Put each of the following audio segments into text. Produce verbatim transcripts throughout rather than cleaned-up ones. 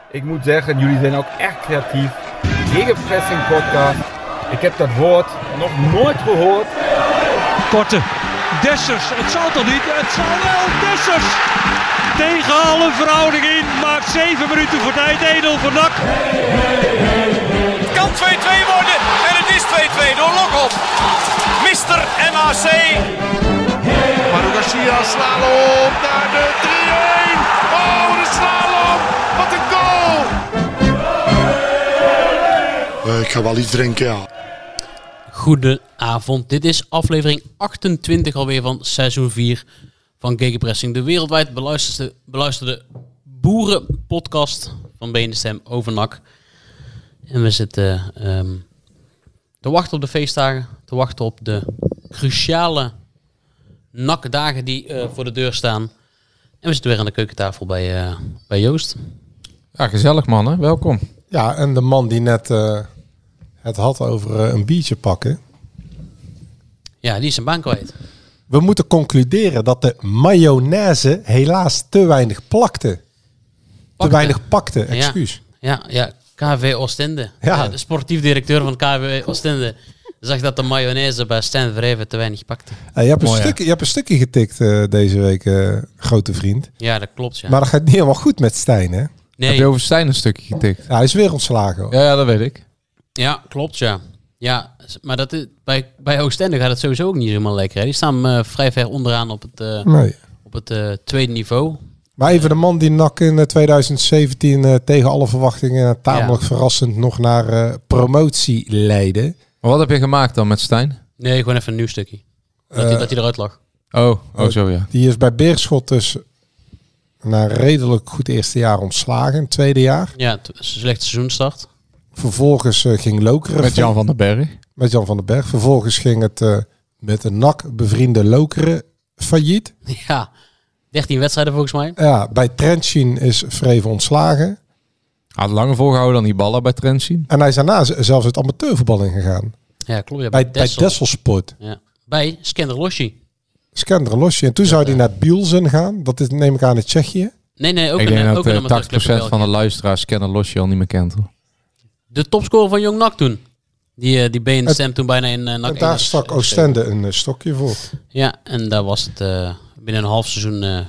Ik moet zeggen, jullie zijn ook echt creatief. Gegenpressing podcast. Ik heb dat woord nog nooit gehoord. Korte. Dessers. Het zal toch niet? Het zal wel. Dessers. Tegen alle verhouding in. Maakt zeven minuten voor tijd. één nul voor N A C. Het kan twee-twee worden. En het is twee-twee door Lokop. mister M A C. Manu Garcia slalom naar de drie-een. Oh, de slalom. Wat een goal. Uh, ik ga wel iets drinken, ja. Goedenavond. Dit is aflevering achtentwintig alweer van seizoen vier van Gegenpressing. De wereldwijd beluisterde, beluisterde boerenpodcast van B N S M over N A C. En we zitten um, te wachten op de feestdagen. Te wachten op de cruciale N A C-dagen die uh, voor de deur staan. En we zitten weer aan de keukentafel bij, uh, bij Joost. Ja, gezellig mannen. Welkom. Ja, en de man die net uh, het had over uh, een biertje pakken. Ja, die is zijn baan kwijt. We moeten concluderen dat de mayonaise helaas te weinig plakte. Pakte. Te weinig pakte, excuus. Ja, ja, ja. K V Oostende. Ja. De sportief directeur van K V Oostende zag dat de mayonaise bij Stijn Verheven te weinig pakte. Uh, je, hebt een Mooi, stukje, je hebt een stukje getikt uh, deze week, uh, grote vriend. Ja, dat klopt. Ja. Maar dat gaat niet helemaal goed met Stijn, hè? Nee. Heb je over Stijn een stukje getikt? Ja, hij is weer ontslagen. Hoor. Ja, ja, dat weet ik. Ja, klopt, ja. Ja, maar dat is, bij, bij Oostende gaat het sowieso ook niet helemaal lekker. Hè. Die staan uh, vrij ver onderaan op het, uh, nee. op het uh, tweede niveau. Maar even de man die N A C in twintig zeventien uh, tegen alle verwachtingen uh, tamelijk ja. verrassend nog naar uh, promotie leidde. Maar wat heb je gemaakt dan met Stijn? Nee, gewoon even een nieuw stukje. Dat, uh, hij, dat hij eruit lag. Oh, oh uh, zo ja. Die is bij Beerschot dus na een redelijk goed eerste jaar ontslagen, tweede jaar. Ja, t- slechte seizoenstart. Vervolgens uh, ging Lokeren... Met Jan van den Berg. Met Jan van den Berg. Vervolgens ging het uh, met de N A C bevriende Lokeren failliet. Ja, dertien wedstrijden volgens mij. Ja, bij Trentin is Vreven ontslagen. Hij had langer volgehouden dan die ballen bij Trentin. En hij is daarna zelfs het amateurvoetbal ingegaan. Ja, klopt. Ja, bij, bij, bij Dessel. Desselsport. Ja. Bij Skenderlosje. Skenderlosje. En toen ja, zou hij naar Bielsen gaan. Dat is, neem ik aan, in Tsjechië. Nee, nee, ook ik een, denk ook dat een tachtig procent van de luisteraars Skenderlosje al niet meer kent, hoor. De topscorer van Jong N A C toen. Die, uh, die B N S M toen bijna in uh, N A C. En daar stak Oostende een uh, stokje voor. Ja, en daar was het uh, binnen een half seizoen uh,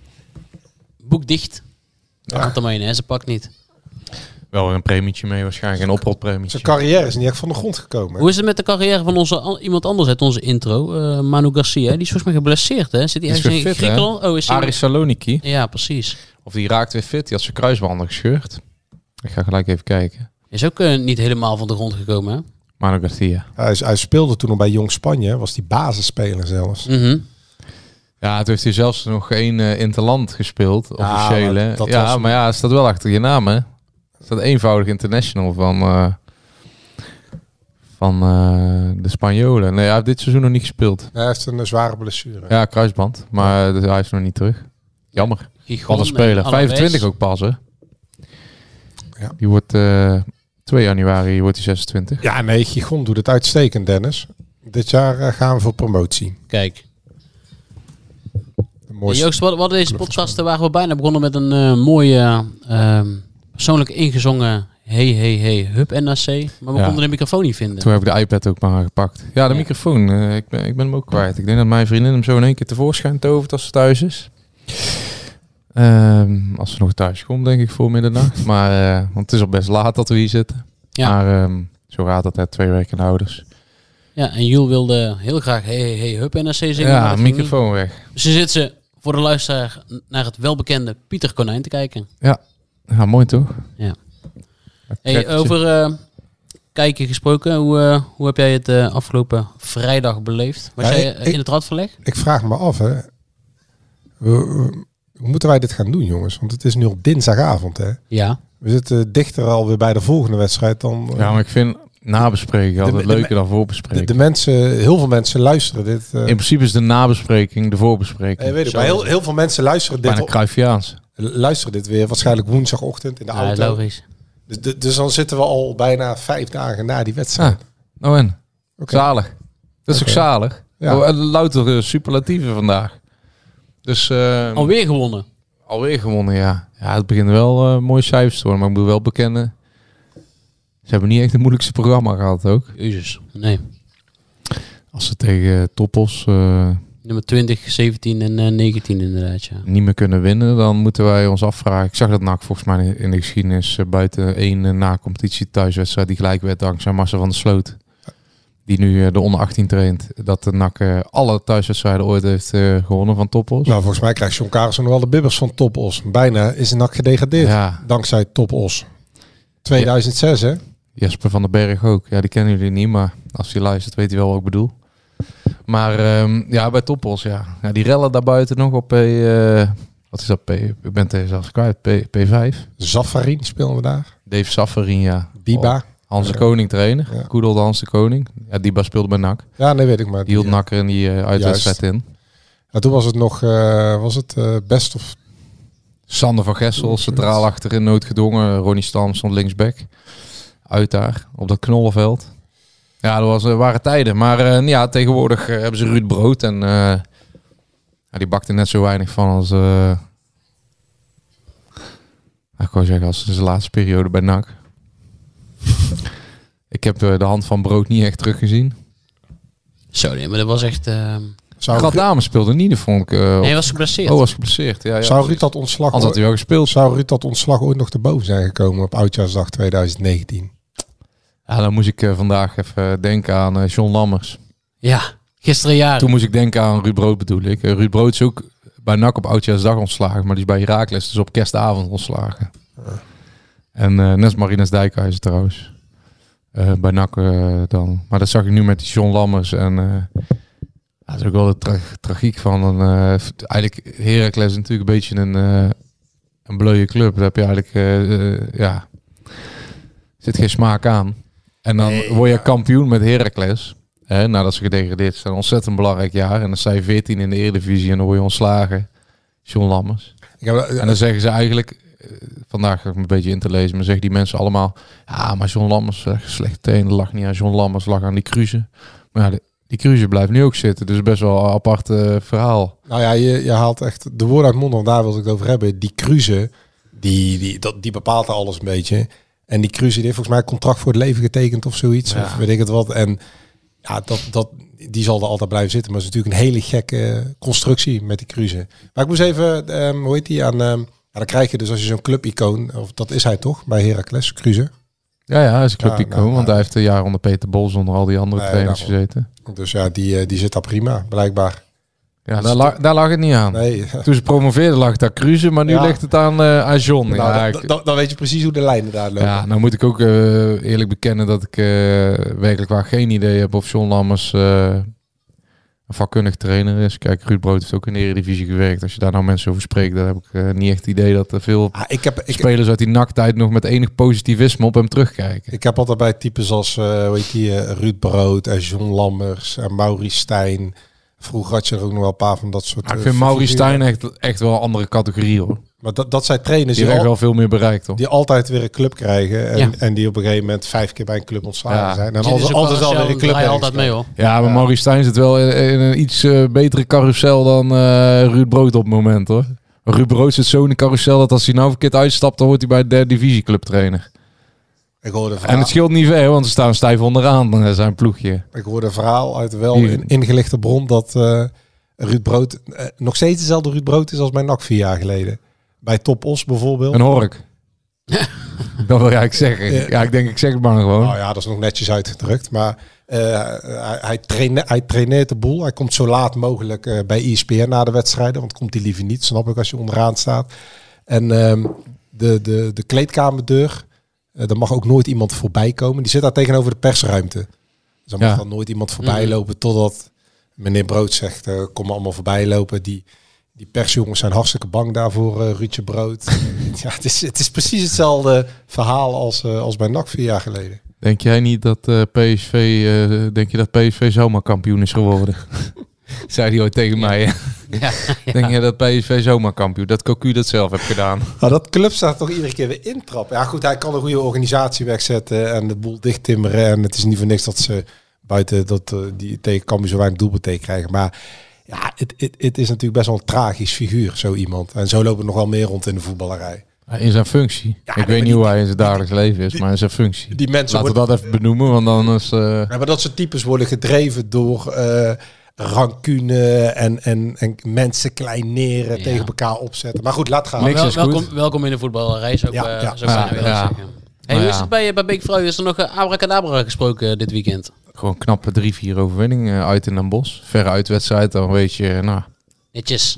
boekdicht. Ja. Want de mayonaise pakt niet. Wel een premietje mee waarschijnlijk, een oprotpremietje. Zijn carrière is niet echt van de grond gekomen. Hoe is het met de carrière van onze an- iemand anders uit onze intro? Uh, Manu Garcia, die is volgens mij geblesseerd, hè? Zit hij ergens in fit, Griekenland? Oh, is hij... Aris Saloniki. Ja, precies. Of die raakt weer fit, die had zijn kruisbanden gescheurd. Ik ga gelijk even kijken. Is ook uh, niet helemaal van de grond gekomen, hè? Manu Garcia. Hij, hij speelde toen nog bij Jong Spanje, was die basisspeler zelfs. Mm-hmm. Ja, toen heeft hij zelfs nog één uh, interland gespeeld, ja, officieel. Maar dat ja, was... maar ja, het staat wel achter je naam, hè? Het staat eenvoudig international van, uh, van uh, de Spanjolen. Nee, hij heeft dit seizoen nog niet gespeeld. Hij heeft een uh, zware blessure. Ja, kruisband. Maar ja. Dus hij is nog niet terug. Jammer. Wat een speler. vijfentwintig ook pas, hè? Ja. Die wordt uh, twee januari wordt hij zesentwintig. Ja, nee, Gigon doet het uitstekend, Dennis. Dit jaar uh, gaan we voor promotie. Kijk. Hey, Joost, wat, wat deze podcasten waren we bijna begonnen met een uh, mooie, uh, persoonlijk ingezongen hey, hey, hey, hup N A C. Maar we ja. konden de microfoon niet vinden. Toen heb ik de iPad ook maar gepakt. Ja, de ja. microfoon. Uh, ik, ben, ik ben hem ook kwijt. Ik denk dat mijn vriendin hem zo in één keer tevoorschijn tovert als ze thuis is. Um, als ze nog thuis komt, denk ik, voor middernacht. Maar, uh, want het is al best laat dat we hier zitten. Ja. Maar um, zo gaat het, hè, twee weken ouders. Ja, en Jules wilde heel graag hey, hey, hey, hup N A C zingen. Ja, microfoon weg. Dus dan zit ze voor de luisteraar naar het welbekende Pieter Konijn te kijken. Ja, ja mooi toch? Ja. Hey, over uh, kijken gesproken, hoe, uh, hoe heb jij het uh, afgelopen vrijdag beleefd? Was ja, jij uh, ik, in het radverleg? Ik vraag me af, hè. We, we, hoe moeten wij dit gaan doen, jongens? Want het is nu op dinsdagavond, hè? Ja. We zitten dichter alweer bij de volgende wedstrijd dan... Uh, ja, maar ik vind nabespreken altijd de, leuker de, dan voorbespreken. De, de mensen, heel veel mensen luisteren dit. Uh, in principe is de nabespreking de voorbespreking. Hey, weet ik, maar heel, heel veel mensen luisteren dit. Bijna Cruyffiaans. Luisteren dit weer waarschijnlijk woensdagochtend in de ja, auto. Logisch. Dus, de, dus dan zitten we al bijna vijf dagen na die wedstrijd. Ah, nou en? Okay. Zalig. Dat is okay. ook zalig. Ja. Oh, louter uh, superlatieven vandaag. Dus, uh, alweer gewonnen. Alweer gewonnen, ja. Ja, het begint wel uh, mooie cijfers te worden, maar ik moet wel bekennen. Ze hebben niet echt het moeilijkste programma gehad ook. Jezus, nee. Als ze tegen uh, Toppos... Uh, Nummer twintig, zeventien en uh, negentien inderdaad, ja. Niet meer kunnen winnen, dan moeten wij ons afvragen. Ik zag dat N A C volgens mij in de geschiedenis uh, buiten één uh, na-competitie thuiswedstrijd die gelijk werd dankzij Marcel van der Sloot. Die nu uh, de onder achttien traint. Dat de N A C uh, alle thuiswedstrijden ooit heeft uh, gewonnen van Toppos. Nou, volgens mij krijgt John Carlsen nog wel de bibbers van Toppos. Bijna is de N A C gedegradeerd. Ja. Dankzij Toppos. tweeduizend zes, ja. hè? Jesper van den Berg ook. Ja, die kennen jullie niet, maar als hij luistert weet hij wel wat ik bedoel. Maar um, ja, bij Toppos, ja. ja. Die rellen daarbuiten nog op P... Uh, wat is dat? P, ik ben het zelfs kwijt. P, P5. Zaffarin speelden we daar. Dave Zaffarin, ja. Diba. Oh, Hans de ja. Koning trainer. Ja. Koedelde Hans de Koning. Ja, Diba speelde bij N A C. Ja, nee, weet ik maar. Die hield ja. N A C er in die uh, uitwedstrijd in. Ja, toen was het nog... Uh, was het uh, best of... Sander van Gessel, centraal achterin noodgedwongen. Ronnie Stam stond linksback. Uit daar, op dat knollenveld. Ja, dat was, uh, waren tijden. Maar uh, ja, tegenwoordig uh, hebben ze Ruud Brood. En uh, ja, die bakte net zo weinig van als... Uh, ik wou zeggen, als in zijn laatste periode bij N A C. Ik heb uh, de hand van Brood niet echt teruggezien. Zo, nee, maar dat was echt... Uh... Gat Dames speelde niet, vond ik. Uh, nee, hij was geblesseerd. Oh, was geblesseerd. Ja, ja, zou Ruud dat ontslag... Anders had hij wel gespeeld. Zou Ruud dat ontslag ooit nog te boven zijn gekomen op Oudjaarsdag twintig negentien? Ja, dan moest ik uh, vandaag even denken aan uh, John Lammers. Ja, gisteren jaar. Toen moest ik denken aan Ruud Brood, bedoel ik. Uh, Ruud Brood is ook bij N A C op Oudjaarsdag ontslagen, maar die is bij Heracles dus op kerstavond ontslagen. Ja. En uh, net als Marines Dijkhuizen trouwens. Uh, bij N A C uh, dan. Maar dat zag ik nu met die John Lammers en... Uh, ja, dat is ook wel de tra tragiek van een... Uh, eigenlijk, Heracles is natuurlijk een beetje een, uh, een bleuwe club. Daar heb je eigenlijk... Uh, uh, ja... zit geen smaak aan. En dan nee, word je ja. kampioen met Heracles. Hè, nadat ze gedegradeerd zijn. Een ontzettend belangrijk jaar. En dan sta je veertien in de Eredivisie en dan word je ontslagen. John Lammers. Heb, uh, en dan zeggen ze eigenlijk... Uh, vandaag ga ik me een beetje in te lezen. Maar zeggen die mensen allemaal... Ja, maar John Lammers uh, slecht teen. Lag niet aan John Lammers, lag aan die Cruze. Maar ja, de, die Cruze blijft nu ook zitten. Dus best wel een apart uh, verhaal. Nou ja, je, je haalt echt de woorden uit mond. Want daar wil ik het over hebben. Die Cruze, die, die, dat, die bepaalt alles een beetje... En die Cruze die heeft volgens mij een contract voor het leven getekend of zoiets. Ja. Of weet ik het wat. En ja, dat, dat, die zal er altijd blijven zitten. Maar het is natuurlijk een hele gekke constructie met die Cruze. Maar ik moest even, um, hoe heet die, aan... Um, ja, dan krijg je dus als je zo'n clubicoon, of dat is hij toch, bij Heracles, Cruze. Ja, ja, hij is een clubicoon, ja, nou, want nou, hij heeft een jaar onder Peter Bol zonder al die andere nee, trainers nou, gezeten. Dus ja, die, die zit daar prima, blijkbaar. Ja, daar, la daar lag het niet aan. Nee. Toen ze promoveerden lag daar Cruze, maar nu ja. ligt het aan, uh, aan John. Nou, ja, dan, dan, dan weet je precies hoe de lijnen daar lopen. Ja, nou moet ik ook uh, eerlijk bekennen dat ik uh, werkelijk waar geen idee heb of John Lammers uh, een vakkundig trainer is. Kijk, Ruud Brood heeft ook in de Eredivisie gewerkt. Als je daar nou mensen over spreekt, dan heb ik uh, niet echt het idee dat er veel ah, ik heb, ik spelers uit die N A C-tijd nog met enig positivisme op hem terugkijken. Ik heb altijd bij types als uh, hoe heet die, uh, Ruud Brood en John Lammers en Maurice Stijn. Vroeger had je er ook nog wel een paar van dat soort... Maar ik vind uh, Maurice Stijn echt, echt wel een andere categorie, hoor. Maar dat, dat zijn trainers die, die al, wel veel meer bereikt, hoor. Die altijd weer een club krijgen. En, ja. en die op een gegeven moment vijf keer bij een club ontslagen ja. zijn. En altijd, altijd al weer een club altijd mee, hoor. Ja, maar ja. Maurice Stijn zit wel in, in een iets uh, betere carousel dan uh, Ruud Brood op het moment, hoor. Ruud Brood zit zo in de carousel dat als hij nou verkeerd uitstapt, dan wordt hij bij de derde divisie club trainer. Ik hoorde en het scheelt niet ver, want ze staan stijf onderaan zijn ploegje. Ik hoorde een verhaal uit wel een ingelichte bron dat uh, Ruud Brood uh, nog steeds dezelfde Ruud Brood is als bij N A C vier jaar geleden. Bij Top Os bijvoorbeeld. Een hork. Dat wil ik zeggen. Ja. ja, ik denk ik zeg het maar gewoon. Nou ja, dat is nog netjes uitgedrukt. Maar uh, hij, hij, traine, hij traineert de boel. Hij komt zo laat mogelijk uh, bij E S P N na de wedstrijden. Want komt hij liever niet, snap ik, als je onderaan staat. En um, de, de, de kleedkamerdeur... Uh, er mag ook nooit iemand voorbij komen. Die zit daar tegenover de persruimte. Dus dan mag ja. dan nooit iemand voorbij lopen totdat meneer Brood zegt, uh, kom maar allemaal voorbij lopen. Die, die persjongens zijn hartstikke bang daarvoor, uh, Ruudje Brood. ja, het, is, het is precies hetzelfde verhaal als, uh, als bij N A C vier jaar geleden. Denk jij niet dat uh, P S V, uh, denk je dat P S V zomaar kampioen is geworden? Zei hij ooit tegen ja. mij. Ja, ja. Denk je dat P S V zomaar kampioen? Dat Cocu dat zelf heeft gedaan. Nou, dat club staat toch iedere keer weer intrappen. Ja goed, hij kan een goede organisatie wegzetten en de boel dicht timmeren. En het is niet voor niks dat ze buiten dat uh, die tegen Cambuur zo weinig doelbetek krijgen. Maar ja, het, het, het is natuurlijk best wel een tragisch figuur, zo iemand. En zo lopen er nog wel meer rond in de voetballerij. In zijn functie. Ja, ik nee, weet niet die, hoe hij in zijn die, dagelijks leven is, die, maar in zijn functie. Die mensen Laten we worden, dat even benoemen, want dan is... Uh... Ja, maar dat soort types worden gedreven door uh, rancune en, en, en mensen kleineren, ja. tegen elkaar opzetten. Maar goed, laat gaan. Maar wel, welkom, welkom in de voetballerij, zou ik ja, uh, ja. zou ja, willen ja. zeggen. Hey, hoe ja. is het bij, bij Beek Fruit? Is er nog uh, abracadabra gesproken uh, dit weekend? Gewoon knappe drie vier overwinningen uh, uit in Den Bosch. Verre uitwedstrijd, dan weet je, nou... Netjes.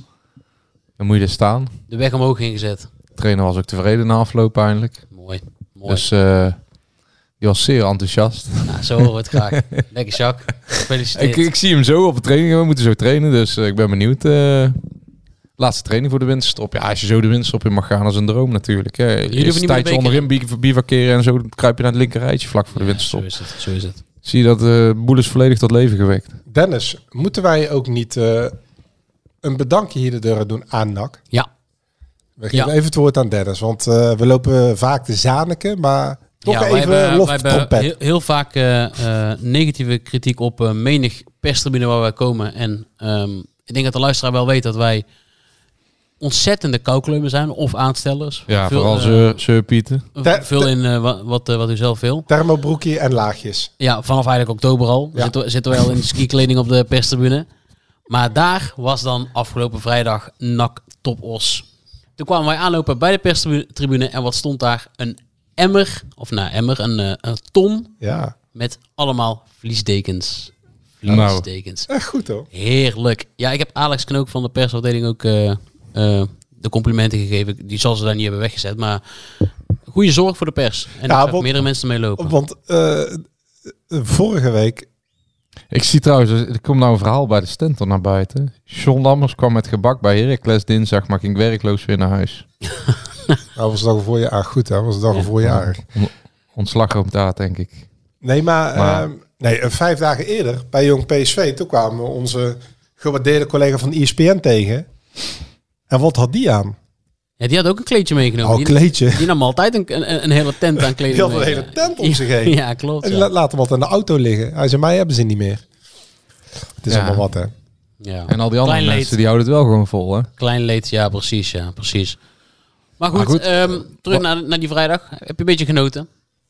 Dan moet je er staan. De weg omhoog ingezet. De trainer was ook tevreden na afloop eindelijk. Mooi. Mooi. Dus uh, die was zeer enthousiast. Nou, zo horen we het graag. Lekker, Jacques. Gefeliciteerd. ik, ik zie hem zo op de training. We moeten zo trainen, dus uh, ik ben benieuwd. Uh, laatste training voor de winterstop. Ja, als je zo de winterstop in mag gaan, is een droom natuurlijk. Hè. Eerst een tijdje onderin bivakeren en zo kruip je naar het linkerrijtje vlak voor de ja, winterstop. Zo is het. Zo is het. Zie je dat de uh, boel is volledig tot leven gewekt. Dennis, moeten wij ook niet uh, een bedankje hier de deur doen aan N A C? Ja. We geven ja. even het woord aan Dennis, want uh, we lopen vaak de zaniken, maar toch ja, even hebben, lof wij hebben trompet. heel, heel vaak uh, uh, negatieve kritiek op uh, menig perstribune waar wij komen. En um, ik denk dat de luisteraar wel weet dat wij ontzettende koukleumen zijn of aanstellers. Ja, veel, vooral uh, Sir, Sir Pieter. Ter, veel in uh, wat, wat, uh, wat u zelf wil. Thermobroekje en laagjes. Ja, vanaf eigenlijk oktober al. Ja. Zitten, zitten we al in de skikleding op de perstribune. Maar daar was dan afgelopen vrijdag N A C Top Os. Toen kwamen wij aanlopen bij de perstribune en wat stond daar? Een emmer, of nou emmer, een, uh, een ton Ja. met allemaal vliesdekens. Nou. Vliesdekens. Echt goed hoor. Heerlijk. Ja, ik heb Alex Knook van de persafdeling ook uh, uh, de complimenten gegeven. Die zal ze daar niet hebben weggezet, maar goede zorg voor de pers. En Ja, er gaan want, meerdere mensen mee lopen. Want uh, vorige week... Ik zie trouwens, er komt nou een verhaal bij de stand naar buiten. John Lammers kwam met gebak bij Heracles dinsdag, maar ging werkloos weer naar huis. Nou, was het al een voorjaar. Ah, goed hè, was het al een voorjaar. Ontslag op daad, denk ik. Nee, maar, maar... Uh, nee, vijf dagen eerder bij Jong P S V, toen kwamen we onze gewaardeerde collega van E S P N tegen. En wat had die aan? Ja, die had ook een kleedje meegenomen. Oh, een kleedje. Die, die nam altijd een, een, een hele tent aan kleding. Die had een hele tent om zich heen. Ja, klopt. En ja. la, laat hem wat aan de auto liggen. Hij zei, mij hebben ze niet meer. Het is ja. allemaal wat, hè. Ja. En al die andere Klein mensen, leed. die houden het wel gewoon vol, hè? Klein leed, ja, precies. Ja, precies. Maar goed, Maar goed um, terug naar, naar die vrijdag. Heb je een beetje genoten?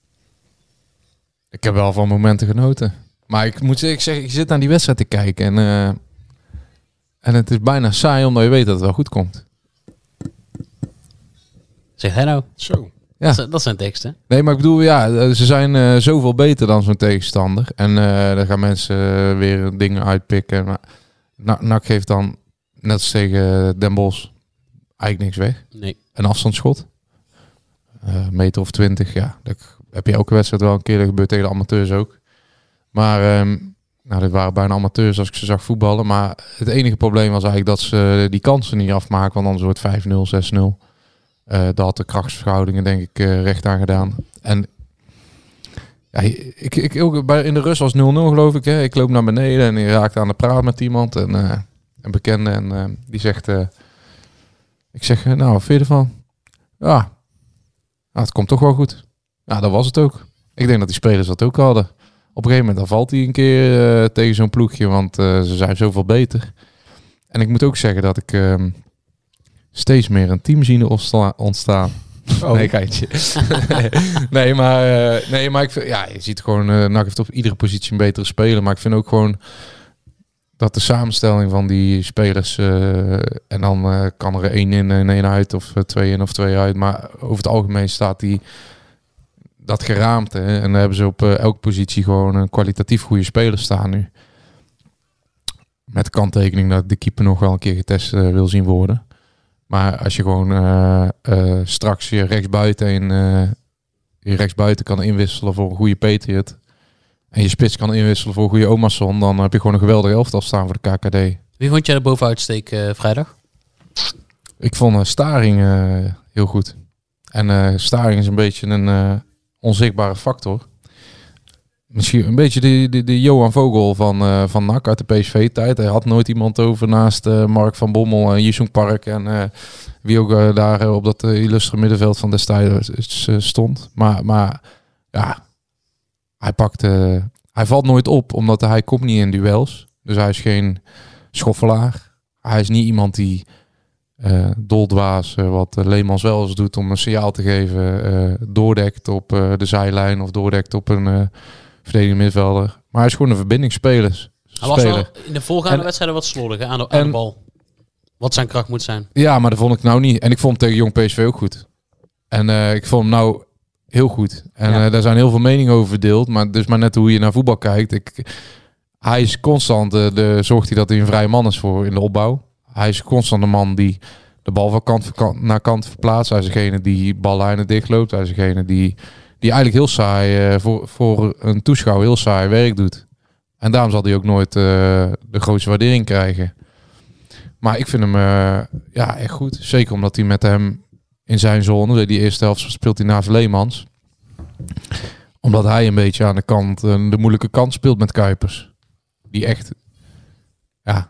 Ik heb wel van momenten genoten. Maar ik moet ik zeggen, ik zit naar die wedstrijd te kijken. En, uh, en het is bijna saai, omdat je weet dat het wel goed komt. Zeg hij nou? Zo. Ja. Dat, dat zijn teksten. Nee, maar ik bedoel, ja, ze zijn uh, zoveel beter dan zo'n tegenstander. En uh, daar gaan mensen uh, weer dingen uitpikken. Maar N A C geeft dan, net als tegen Den Bosch, eigenlijk niks weg. Nee. Een afstandsschot. Uh, meter of twintig, ja. Dat heb je elke wedstrijd wel een keer. Dat gebeurt tegen de amateurs ook. Maar um, nou, dit waren bijna amateurs als ik ze zag voetballen. Maar het enige probleem was eigenlijk dat ze die kansen niet afmaken. Want anders wordt vijf nul, zes nul. Uh, daar had de krachtsverhoudingen denk ik uh, recht aan gedaan. En ja, ik, ik, ook bij, in de rust was nul nul geloof ik. Hè. Ik loop naar beneden en ik raakte aan de praat met iemand. En uh, een bekende. En uh, die zegt... Uh, ik zeg, uh, nou, wat vind je ervan? Ja, nou, het komt toch wel goed. Ja, dat was het ook. Ik denk dat die spelers dat ook hadden. Op een gegeven moment dan valt hij een keer uh, tegen zo'n ploegje. Want uh, ze zijn zoveel beter. En ik moet ook zeggen dat ik... Uh, steeds meer een team zien ontstaan. Oh. Nee, geitje. nee, maar, uh, nee, maar ik vind, ja, je ziet gewoon, uh, N A C heeft op iedere positie een betere speler. Maar ik vind ook gewoon dat de samenstelling van die spelers, uh, en dan uh, kan er één in en één uit, of uh, twee in of twee uit. Maar over het algemeen staat die dat geraamte. Hè, en dan hebben ze op uh, elke positie gewoon een kwalitatief goede speler staan nu. Met de kanttekening dat ik de keeper nog wel een keer getest uh, wil zien worden. Maar als je gewoon uh, uh, straks je rechtsbuiten en uh, je rechtsbuiten kan inwisselen voor een goede Patriot en je spits kan inwisselen voor een goede Omarsson, dan heb je gewoon een geweldige elftal staan voor de K K D. Wie vond jij er bovenuit steken uh, vrijdag? Ik vond uh, Staring uh, heel goed. En uh, Staring is een beetje een uh, onzichtbare factor. Misschien een beetje de, de, de Johan Vogel van, uh, van N A C uit de P S V-tijd. Hij had nooit iemand over naast uh, Mark van Bommel en Jisung Park. En uh, wie ook uh, daar uh, op dat uh, illustre middenveld van destijds uh, stond. Maar, maar ja, hij pakt, uh, hij valt nooit op, omdat hij komt niet in duels. Dus hij is geen schoffelaar. Hij is niet iemand die uh, doldwaas, uh, wat uh, Leemans wel eens doet om een signaal te geven, uh, doordekt op uh, de zijlijn of doordekt op een uh, verdedigende middenvelder. Maar hij is gewoon een verbindingsspeler. Hij was wel in de voorgaande en, wedstrijden wat slordig aan de, aan en, de bal. Wat zijn kracht moet zijn. Ja, maar dat vond ik nou niet. En ik vond hem tegen Jong P S V ook goed. En uh, ik vond hem nou heel goed. En ja. uh, daar zijn heel veel meningen over verdeeld. Maar dus maar net hoe je naar voetbal kijkt. Ik, hij is constant, uh, de, zorgt hij dat hij een vrije man is voor in de opbouw. Hij is constant een man die de bal van kant, van kant naar kant verplaatst. Hij is degene die ballijnen dichtloopt. Hij is degene die, die eigenlijk heel saai, uh, voor, voor een toeschouwer heel saai werk doet. En daarom zal hij ook nooit uh, de grootste waardering krijgen. Maar ik vind hem uh, ja, echt goed. Zeker omdat hij met hem in zijn zone, die eerste helft speelt hij naast Leemans. Omdat hij een beetje aan de kant, uh, de moeilijke kant speelt met Kuipers. Die echt, ja,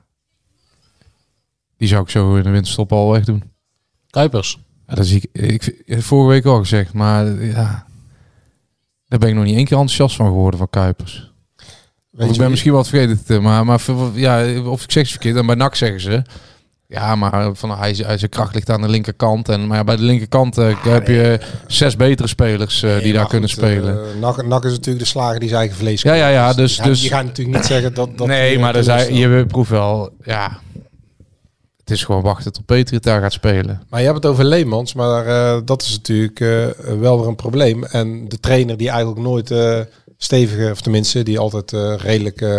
die zou ik zo in de winterstop al wegdoen. Kuipers? Ja, dat zie ik, ik, ik vorige week al gezegd, maar ja, daar ben ik nog niet één keer enthousiast van geworden van Kuipers. Of ik ben misschien wat vergeten, maar, maar ja, of ik zeg het verkeerd, en bij N A C zeggen ze, ja, maar van, hij, hij, zijn kracht ligt aan de linkerkant. En, maar ja, bij de linkerkant uh, ah, heb je nee. zes betere spelers uh, nee, die daar goed, kunnen spelen. Uh, N A C, N A C is natuurlijk de slager die zijn eigen vlees ja, ja, ja, dus, dus, dus je gaat natuurlijk niet zeggen dat... dat nee, maar dus hij, je proeft wel, ja, het is gewoon wachten tot Petri daar gaat spelen. Maar je hebt het over Leemans, maar uh, dat is natuurlijk uh, wel weer een probleem. En de trainer die eigenlijk nooit uh, stevige, of tenminste, die altijd uh, redelijk uh,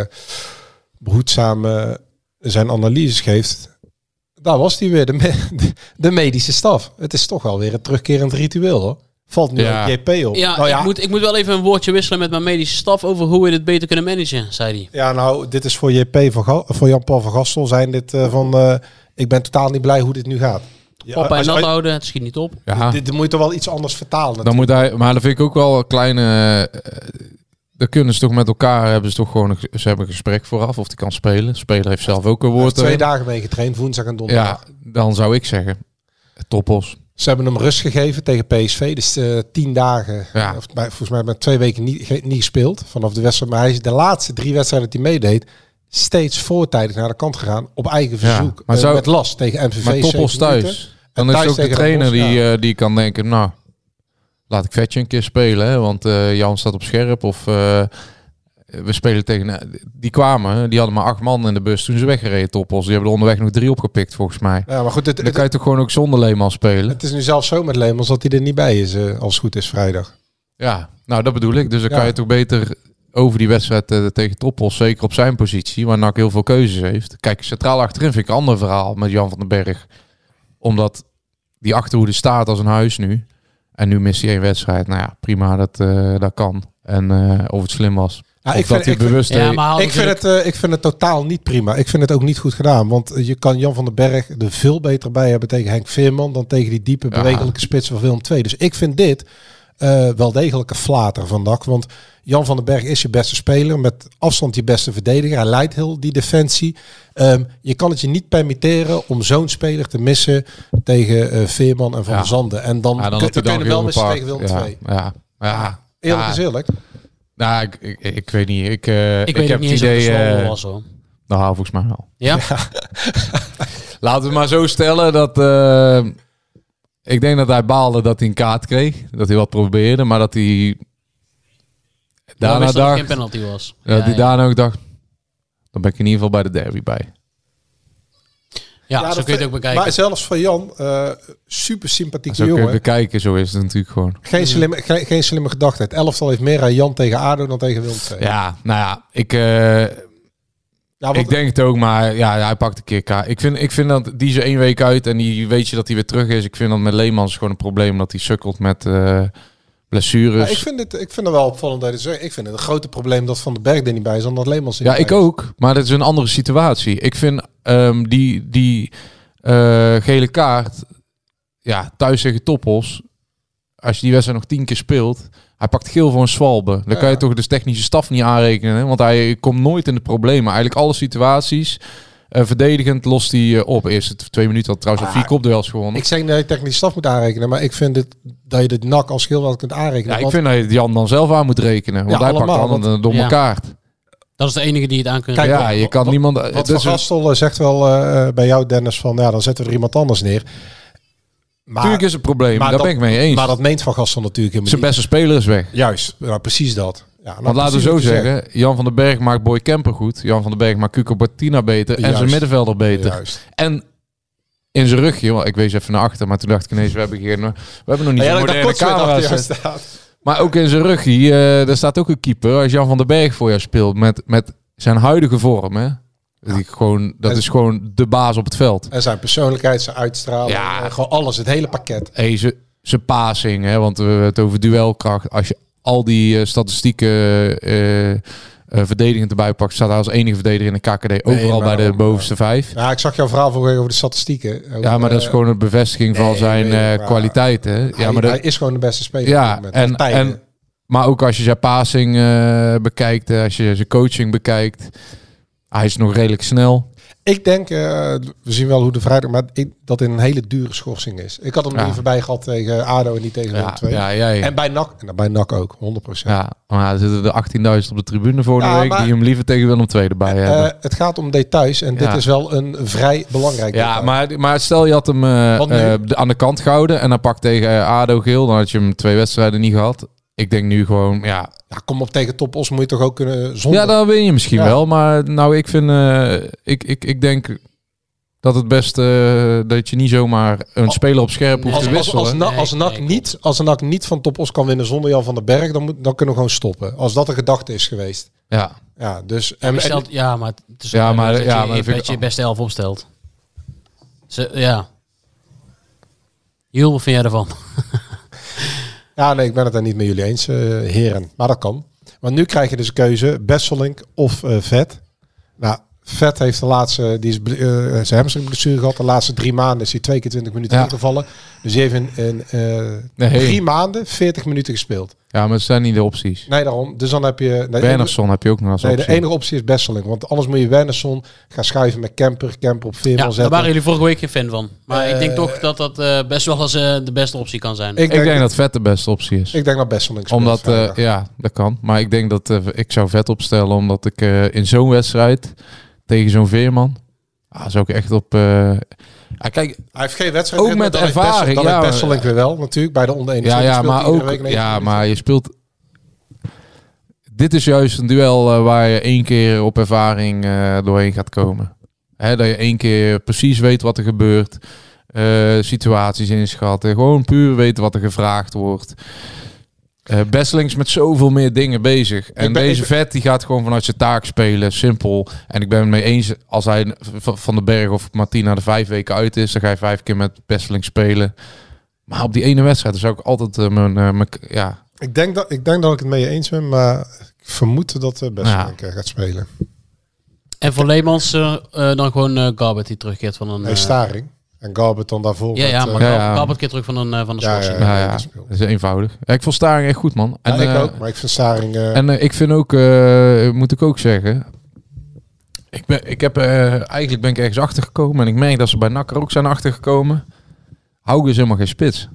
behoedzaam uh, zijn analyses geeft... Daar was hij weer, de, me- de medische staf. Het is toch wel weer een terugkerend ritueel, hoor. Valt nu ja. J P op. Ja, nou, ja. Ik, moet, ik moet wel even een woordje wisselen met mijn medische staf over hoe we dit beter kunnen managen, zei hij. Ja, nou, dit is voor J P van Ga- voor Jan-Paul van Gastel zijn dit uh, van... Uh, ik ben totaal niet blij hoe dit nu gaat. Ja, op en nat houden, het schiet niet op. Ja. Dit, dit moet je toch wel iets anders vertalen. Dan moet hij, maar dat vind ik ook wel een kleine... Uh, Dan kunnen ze toch met elkaar, hebben ze toch gewoon een, ze hebben een gesprek vooraf of die kan spelen. De speler heeft zelf ook een woord. Twee dagen mee getraind, woensdag en donderdag. Ja, dan zou ik zeggen, toppos. Ze hebben hem rust gegeven tegen P S V, dus uh, tien dagen, ja. of bij, volgens mij met twee weken niet, ge, niet gespeeld vanaf de wedstrijd. Maar hij is de laatste drie wedstrijden die hij meedeed, steeds voortijdig naar de kant gegaan op eigen verzoek. Ja, maar uh, zou, met last tegen M V V. Maar toppos thuis. Dan is ook de trainer Bos, die, ja. uh, die kan denken, nou... Laat ik Vetje een keer spelen, hè? Want uh, Jan staat op scherp. Of uh, we spelen tegen... Die kwamen, die hadden maar acht man in de bus toen ze weggereden, Toppos. Die hebben er onderweg nog drie opgepikt, volgens mij. Ja, maar goed, het, dan het, kan je toch gewoon ook zonder Leemans spelen. Het is nu zelfs zo met Leemans dat hij er niet bij is, uh, als het goed is, vrijdag. Ja, nou dat bedoel ik. Dus dan ja. kan je toch beter over die wedstrijd uh, tegen Toppos, zeker op zijn positie, waar N A C heel veel keuzes heeft. Kijk, centraal achterin vind ik een ander verhaal met Jan van den Berg. Omdat die achterhoede staat als een huis nu. En nu mist hij één wedstrijd. Nou ja, prima, dat, uh, dat kan. En uh, of het slim was. Ja, of ik dat vind, hij bewust vind, ja, maar ik, vind het, uh, ik vind het totaal niet prima. Ik vind het ook niet goed gedaan. Want je kan Jan van den Berg er veel beter bij hebben tegen Henk Veerman dan tegen die diepe bewegelijke ja. spits van Willem twee. Dus ik vind dit uh, wel degelijk een flater van N A C. Want Jan van den Berg is je beste speler. Met afstand je beste verdediger. Hij leidt heel die defensie. Um, je kan het je niet permitteren om zo'n speler te missen tegen uh, Veerman en Van ja. der Zanden. En dan, ja, dan kun, dan kun je wel missen tegen Willem twee. Ja, ja, ja. Eerlijk ja. is eerlijk. Nou, ik, ik, ik weet niet. Ik, uh, ik, ik weet heb niet het idee... Uh, was, hoor. Nou, volgens mij wel. Ja? ja. Laten we maar zo stellen dat... Uh, ik denk dat hij baalde dat hij een kaart kreeg. Dat hij wat probeerde, maar dat hij... Daarna dacht... dat er geen penalty was. Dat ja, hij ja. daarna ook dacht... Dan ben ik in ieder geval bij de derby bij. Ja, ja, zo kun je het ook bekijken. Maar zelfs van Jan, uh, super sympathieke zo jongen. Zo kun je bekijken, zo is het natuurlijk gewoon. Geen slimme, geen, geen slimme gedachte. Het elftal heeft meer aan Jan tegen ADO dan tegen Willem twee. Ja, nou ja, ik... Uh, ja, ik denk het ook, maar ja, hij pakt een keer kaart. Ik vind, ik vind dat die is één week uit en die weet je dat hij weer terug is. Ik vind dat met Leemans gewoon een probleem dat hij sukkelt met... Uh, blessures. Ja, ik vind het, ik vind het wel opvallend dat je zegt. Ik vind het een grote probleem dat Van den Berg er niet bij is dan dat Leemans er ja, niet ik bij is. ook. Maar dat is een andere situatie. Ik vind um, die, die uh, gele kaart, ja, thuis tegen Toppos, als je die wedstrijd nog tien keer speelt, hij pakt geel voor een Swalbe. Dan ja. kan je toch de technische staf niet aanrekenen, hè? Want hij komt nooit in de problemen. Eigenlijk alle situaties. Uh, verdedigend lost hij uh, op. Eerst twee minuten had trouwens al vier kopduels gewonnen. Ik zeg niet dat je technische staf moet aanrekenen, maar ik vind het, dat je de N A C als geel wel kunt aanrekenen. Ja, want... ik vind dat je Jan dan zelf aan moet rekenen. Want ja, hij allemaal, pakt dan want... een domme ja. kaart. Dat is de enige die het aan kunnen. Kijk, ja, je kan wat, niemand... Wat dus Van Gastel zegt wel uh, bij jou, Dennis, van ja, dan zetten we er iemand anders neer. Maar, natuurlijk is het een probleem, daar dat, ben ik mee eens. Maar dat meent Van Gastel natuurlijk helemaal Zijn niet. beste speler is weg. Juist, ja, precies dat. Ja, nou, Want laten we precies zo wat je zeggen, zegt. Jan van den Berg maakt Boy Kemper goed. Jan van den Berg maakt Cuco Martina beter. En Juist. zijn middenvelder beter. Juist. En in zijn rugje, want ik wees even naar achter, maar toen dacht ik ineens, we hebben geen, we hebben nog niet Ja, zo'n dat moderne camera's. camera's staat. Maar ook in zijn rugje, uh, daar staat ook een keeper. Als Jan van den Berg voor jou speelt met, met zijn huidige vorm, hè. Dat, ik gewoon, dat En- is gewoon de baas op het veld. En zijn persoonlijkheid, zijn uitstraling, Ja. ja. gewoon alles, het hele pakket. Hey, zijn- zijn passing, hè, want we hebben het over duelkracht. Als je al die uh, statistieken uh, uh, verdedigend erbij pakt, staat hij als enige verdediger in de K K D overal maar bij de daarom, bovenste vijf. Ja, ik zag jouw verhaal vorige over de statistieken. Over, Ja, maar dat is eh, gewoon een bevestiging van nee, zijn nee, uh, maar kwaliteiten. Hij, Ja, maar dat, hij is gewoon de beste speler. op ja, dit moment. en, Al tijden. en, maar ook als je zijn passing uh, bekijkt, uh, als je zijn coaching bekijkt, hij is nog redelijk snel. Ik denk, uh, we zien wel hoe de vrijdag, maar ik, dat in een hele dure schorsing is. Ik had hem Ja. liever bij gehad tegen A D O en niet tegen Willem Ja, twee. ja, jij. En bij N A C, en bij N A C ook, honderd procent. Ja, maar er zitten er achttienduizend op de tribune voor de Ja, week maar- die hem liever tegen Willem twee erbij Uh, hebben. het gaat om details en dit Ja. is wel een vrij belangrijk Ja, detail. maar, maar stel je had hem uh, Want nu- uh, de- aan de kant gehouden en dan pak tegen uh, A D O geel, dan had je hem twee wedstrijden niet gehad. Ik denk nu gewoon, ja, Ja, kom op, tegen Top Os moet je toch ook kunnen zonder... ja, dan win je misschien Ja. wel. Maar nou, ik vind, uh, ik, ik, ik denk dat het beste uh, dat je niet zomaar een speler op scherp hoeft Als, te als, wisselen. als, Na- als Nee, NAC nee, niet, als NAC niet van Top Os kan winnen zonder Jan van den Berg, dan, moet, dan kunnen we gewoon stoppen. Als dat de gedachte is geweest. Ja, Ja, dus... Ja, En, maar en- stelt, ja, maar het is Ja, ja, maar- maar, dat ja, je, maar dat vind dat ik- je beste elf opstelt. Ze, ja. Jules, wat vind jij ervan? ja, nee, ik ben het daar niet met jullie eens, uh, heren. Maar dat kan. Want nu krijg je dus een keuze, Besselink of uh, Vet. Nou, Vet heeft de laatste, die is uh, zijn hamstringblessure gehad. De laatste drie maanden is hij twee keer twintig minuten Ja. ingevallen. Dus hij heeft in, in uh, Nee. drie maanden veertig minuten gespeeld. ja, maar het zijn niet de opties. Nee, daarom. Dus dan heb je... Nee, Wernersson heb je ook nog als Nee, de optie. enige optie is Besseling. Want anders moet je Wernersson gaan schuiven met Kemper. Kemper op veerman Ja, daar zetten. waren jullie vorige week geen fan van. Maar Eh, ik denk toch dat dat uh, best wel eens uh, de beste optie kan zijn. Ik Ik denk, denk dat Vet de beste optie is. ik denk dat Besseling speelt Omdat, eh, vrijdag. ja, dat kan. Maar ik denk dat uh, ik zou Vet opstellen, omdat ik uh, in zo'n wedstrijd tegen zo'n Veerman, ah, zou ik echt op... Uh, ah, kijk, Hij heeft geen wedstrijd. ook meer, met dan heeft ervaring, Bessel- Dan ja, heeft Besseling maar- weer wel natuurlijk. Bij de onder ja, eenentwintig ja, speelt maar hij iedere ook, week negentig ja, minuten. maar je speelt. Dit is juist een duel uh, waar je één keer op ervaring uh, doorheen gaat komen. Hè, dat je één keer precies weet wat er gebeurt, uh, situaties inschatten, gewoon puur weten wat er gevraagd wordt. Uh, Besselings met zoveel meer dingen bezig. En ben deze even- vet die gaat gewoon vanuit zijn taak spelen, simpel. En ik ben het mee eens, als hij v- van den Berg of Martina de vijf weken uit is, dan ga je vijf keer met Besselings spelen. Maar op die ene wedstrijd dan zou ik altijd uh, mijn, uh, mijn, ja, Ik denk, dat, ik denk dat ik het met je eens ben. Maar ik vermoed dat uh, Besseling Ja. uh, gaat spelen. En voor Leemans uh, uh, dan gewoon uh, Garbert die terugkeert van een... Nee, uh, Staring. En Garbert dan daarvoor. ja, ja, met, maar uh, Ja, Gar- ja. Garbert keert terug van een uh, van de Ja, schorsing. ja, ja, ja, ja, dat speelt. dat is eenvoudig. Ja, ik vond Staring echt goed, man. En, ja, ik uh, ook. Maar ik vind Staring... Uh, En uh, ik vind ook, uh, moet ik ook zeggen, ik, ben, ik heb, uh, eigenlijk ben ik ergens achtergekomen en ik merk dat ze bij N A C er ook zijn achtergekomen. Hauge is helemaal geen spits.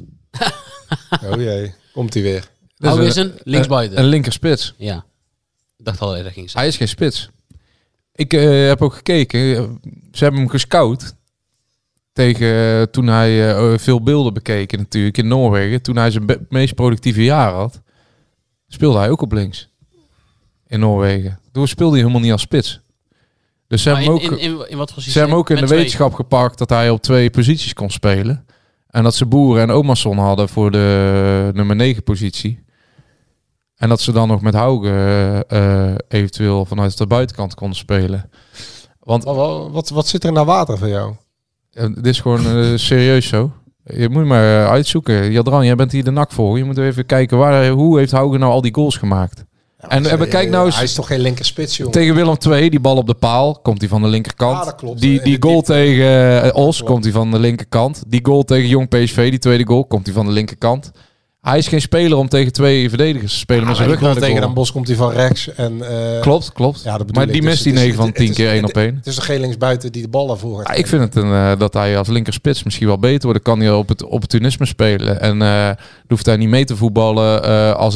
oh jee, komt hij weer. Dat Hauge is een, een linksbuiten. een linker spits. Ja. Ik dacht al dat dat ging zijn. Hij is geen spits. Ik uh, heb ook gekeken, ze hebben hem gescout tegen uh, toen hij uh, veel beelden bekeken natuurlijk in Noorwegen. Toen hij zijn be- meest productieve jaar had, speelde hij ook op links in Noorwegen. Toen speelde hij helemaal niet als spits. Dus ze Maar hebben in, hem ook, in, in, in wat voor ze hebben hem ook in de Met twee. wetenschap gepakt dat hij op twee posities kon spelen. En dat ze Boeren en Omarsson hadden voor de nummer negen positie. En dat ze dan nog met Hauge uh, eventueel vanuit de buitenkant konden spelen. Want Wat, wat, wat, wat zit er naar water voor jou? uh, dit is gewoon uh, serieus zo. Je moet maar uh, uitzoeken. Jadran, jij bent hier de N A C voor. Je moet even kijken, waar, hoe heeft Hauge nou al die goals gemaakt? Ja, En, en bekijk nou eens, Hij is toch geen linker spits, jongen? tegen Willem twee, die bal op de paal, komt hij van de linkerkant. Ja, dat klopt. Die, In die de goal diepte. tegen uh, Os, klopt. komt hij van de linkerkant. Die goal tegen Jong P S V, die tweede goal, komt hij van de linkerkant. Hij is geen speler om tegen twee verdedigers te spelen Ja, met maar zijn die rug goal naar de tegen goal. Den Bosch komt hij van rechts. En, uh, Klopt, klopt. Ja, dat bedoel Maar ik. die Dus mist die het is- negen van het tien is- keer één het- op één. Het is toch geen linksbuiten die de bal daarvoor gaat Ja, ik vind het een, uh, dat hij als linkerspits misschien wel beter wordt. Dan kan hij op het opportunisme spelen. En uh, hoeft hij niet mee te voetballen uh, als in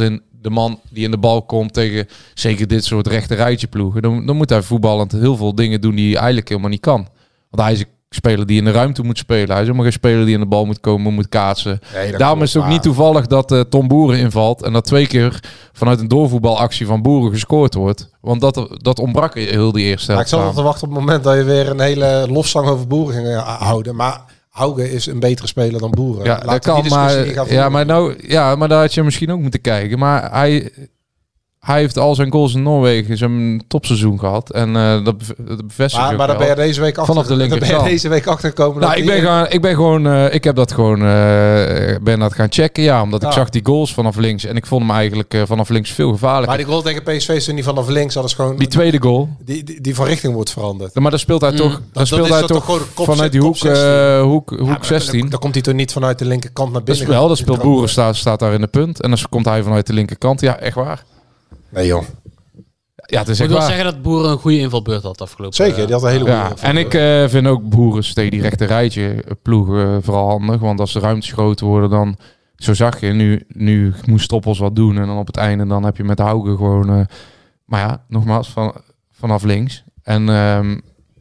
de man die in de bal komt tegen zeker dit soort rechterrijtje ploegen. Dan, dan moet hij voetballend heel veel dingen doen die hij eigenlijk helemaal niet kan. Want hij is een speler die in de ruimte moet spelen. Hij is helemaal geen speler die in de bal moet komen, moet kaatsen. Nee, Daarom klopt, is het ook maar... niet toevallig dat uh, Tom Boeren invalt en dat twee keer vanuit een doorvoetbalactie van Boeren gescoord wordt. Want dat, dat ontbrak heel die eerste helft. Ik zat al te wachten op het moment dat je weer een hele lofzang over Boeren ging uh, houden. Maar Hauge is een betere speler dan Boeren. Ja, dat kan, maar, ja, maar, nou, ja, maar daar had je misschien ook moeten kijken. Maar hij, hij heeft al zijn goals in Noorwegen zijn topseizoen gehad. En uh, dat, dat bevestigt Maar, maar dan ben je deze week achter, vanaf de linkerkant. ben je deze week achtergekomen. Nou, ik ben, gewoon, ik ben gewoon, uh, ik heb dat gewoon, uh, ben dat gaan checken, ja, omdat ja. ik zag die goals vanaf links en ik vond hem eigenlijk uh, vanaf links veel gevaarlijker. Maar die goal tegen P S V is er niet vanaf links, dat is gewoon die tweede goal, die, die, die van richting wordt veranderd. Maar dan speelt hij mm, toch, dan speelt hij toch, toch vanuit die hoek, uh, hoek, hoek ja, zestien. Dan, dan komt hij toch niet vanuit de linkerkant naar binnen. Dat is wel, dan speelt Boeren staat, staat daar in de punt en dan komt hij vanuit de linkerkant. Ja, echt waar. Nee joh. Ja, het is ik echt wil waar. zeggen dat Boeren een goede invalbeurt had afgelopen. Zeker, die had een hele goede ja, invalbeurt. En ik uh, vind ook Boeren tegen die rechter rijtje ploegen uh, vooral handig. Want als de ruimtes groter worden, dan... Zo zag je, nu, nu moest Stoppels wat doen. En dan op het einde dan heb je met Hauge gewoon... Uh, maar ja, nogmaals, van, vanaf links. En um,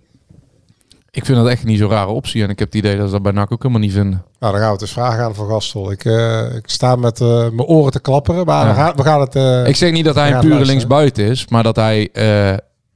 ik vind dat echt niet zo'n rare optie. En ik heb het idee dat ze dat bij N A C ook helemaal niet vinden. Nou, dan gaan we het eens vragen aan Van Gastel. Ik, uh, ik sta met uh, mijn oren te klapperen, maar ja. we, gaan, we gaan het... Uh, ik zeg niet dat hij een pure linksbuiten is, maar dat hij uh,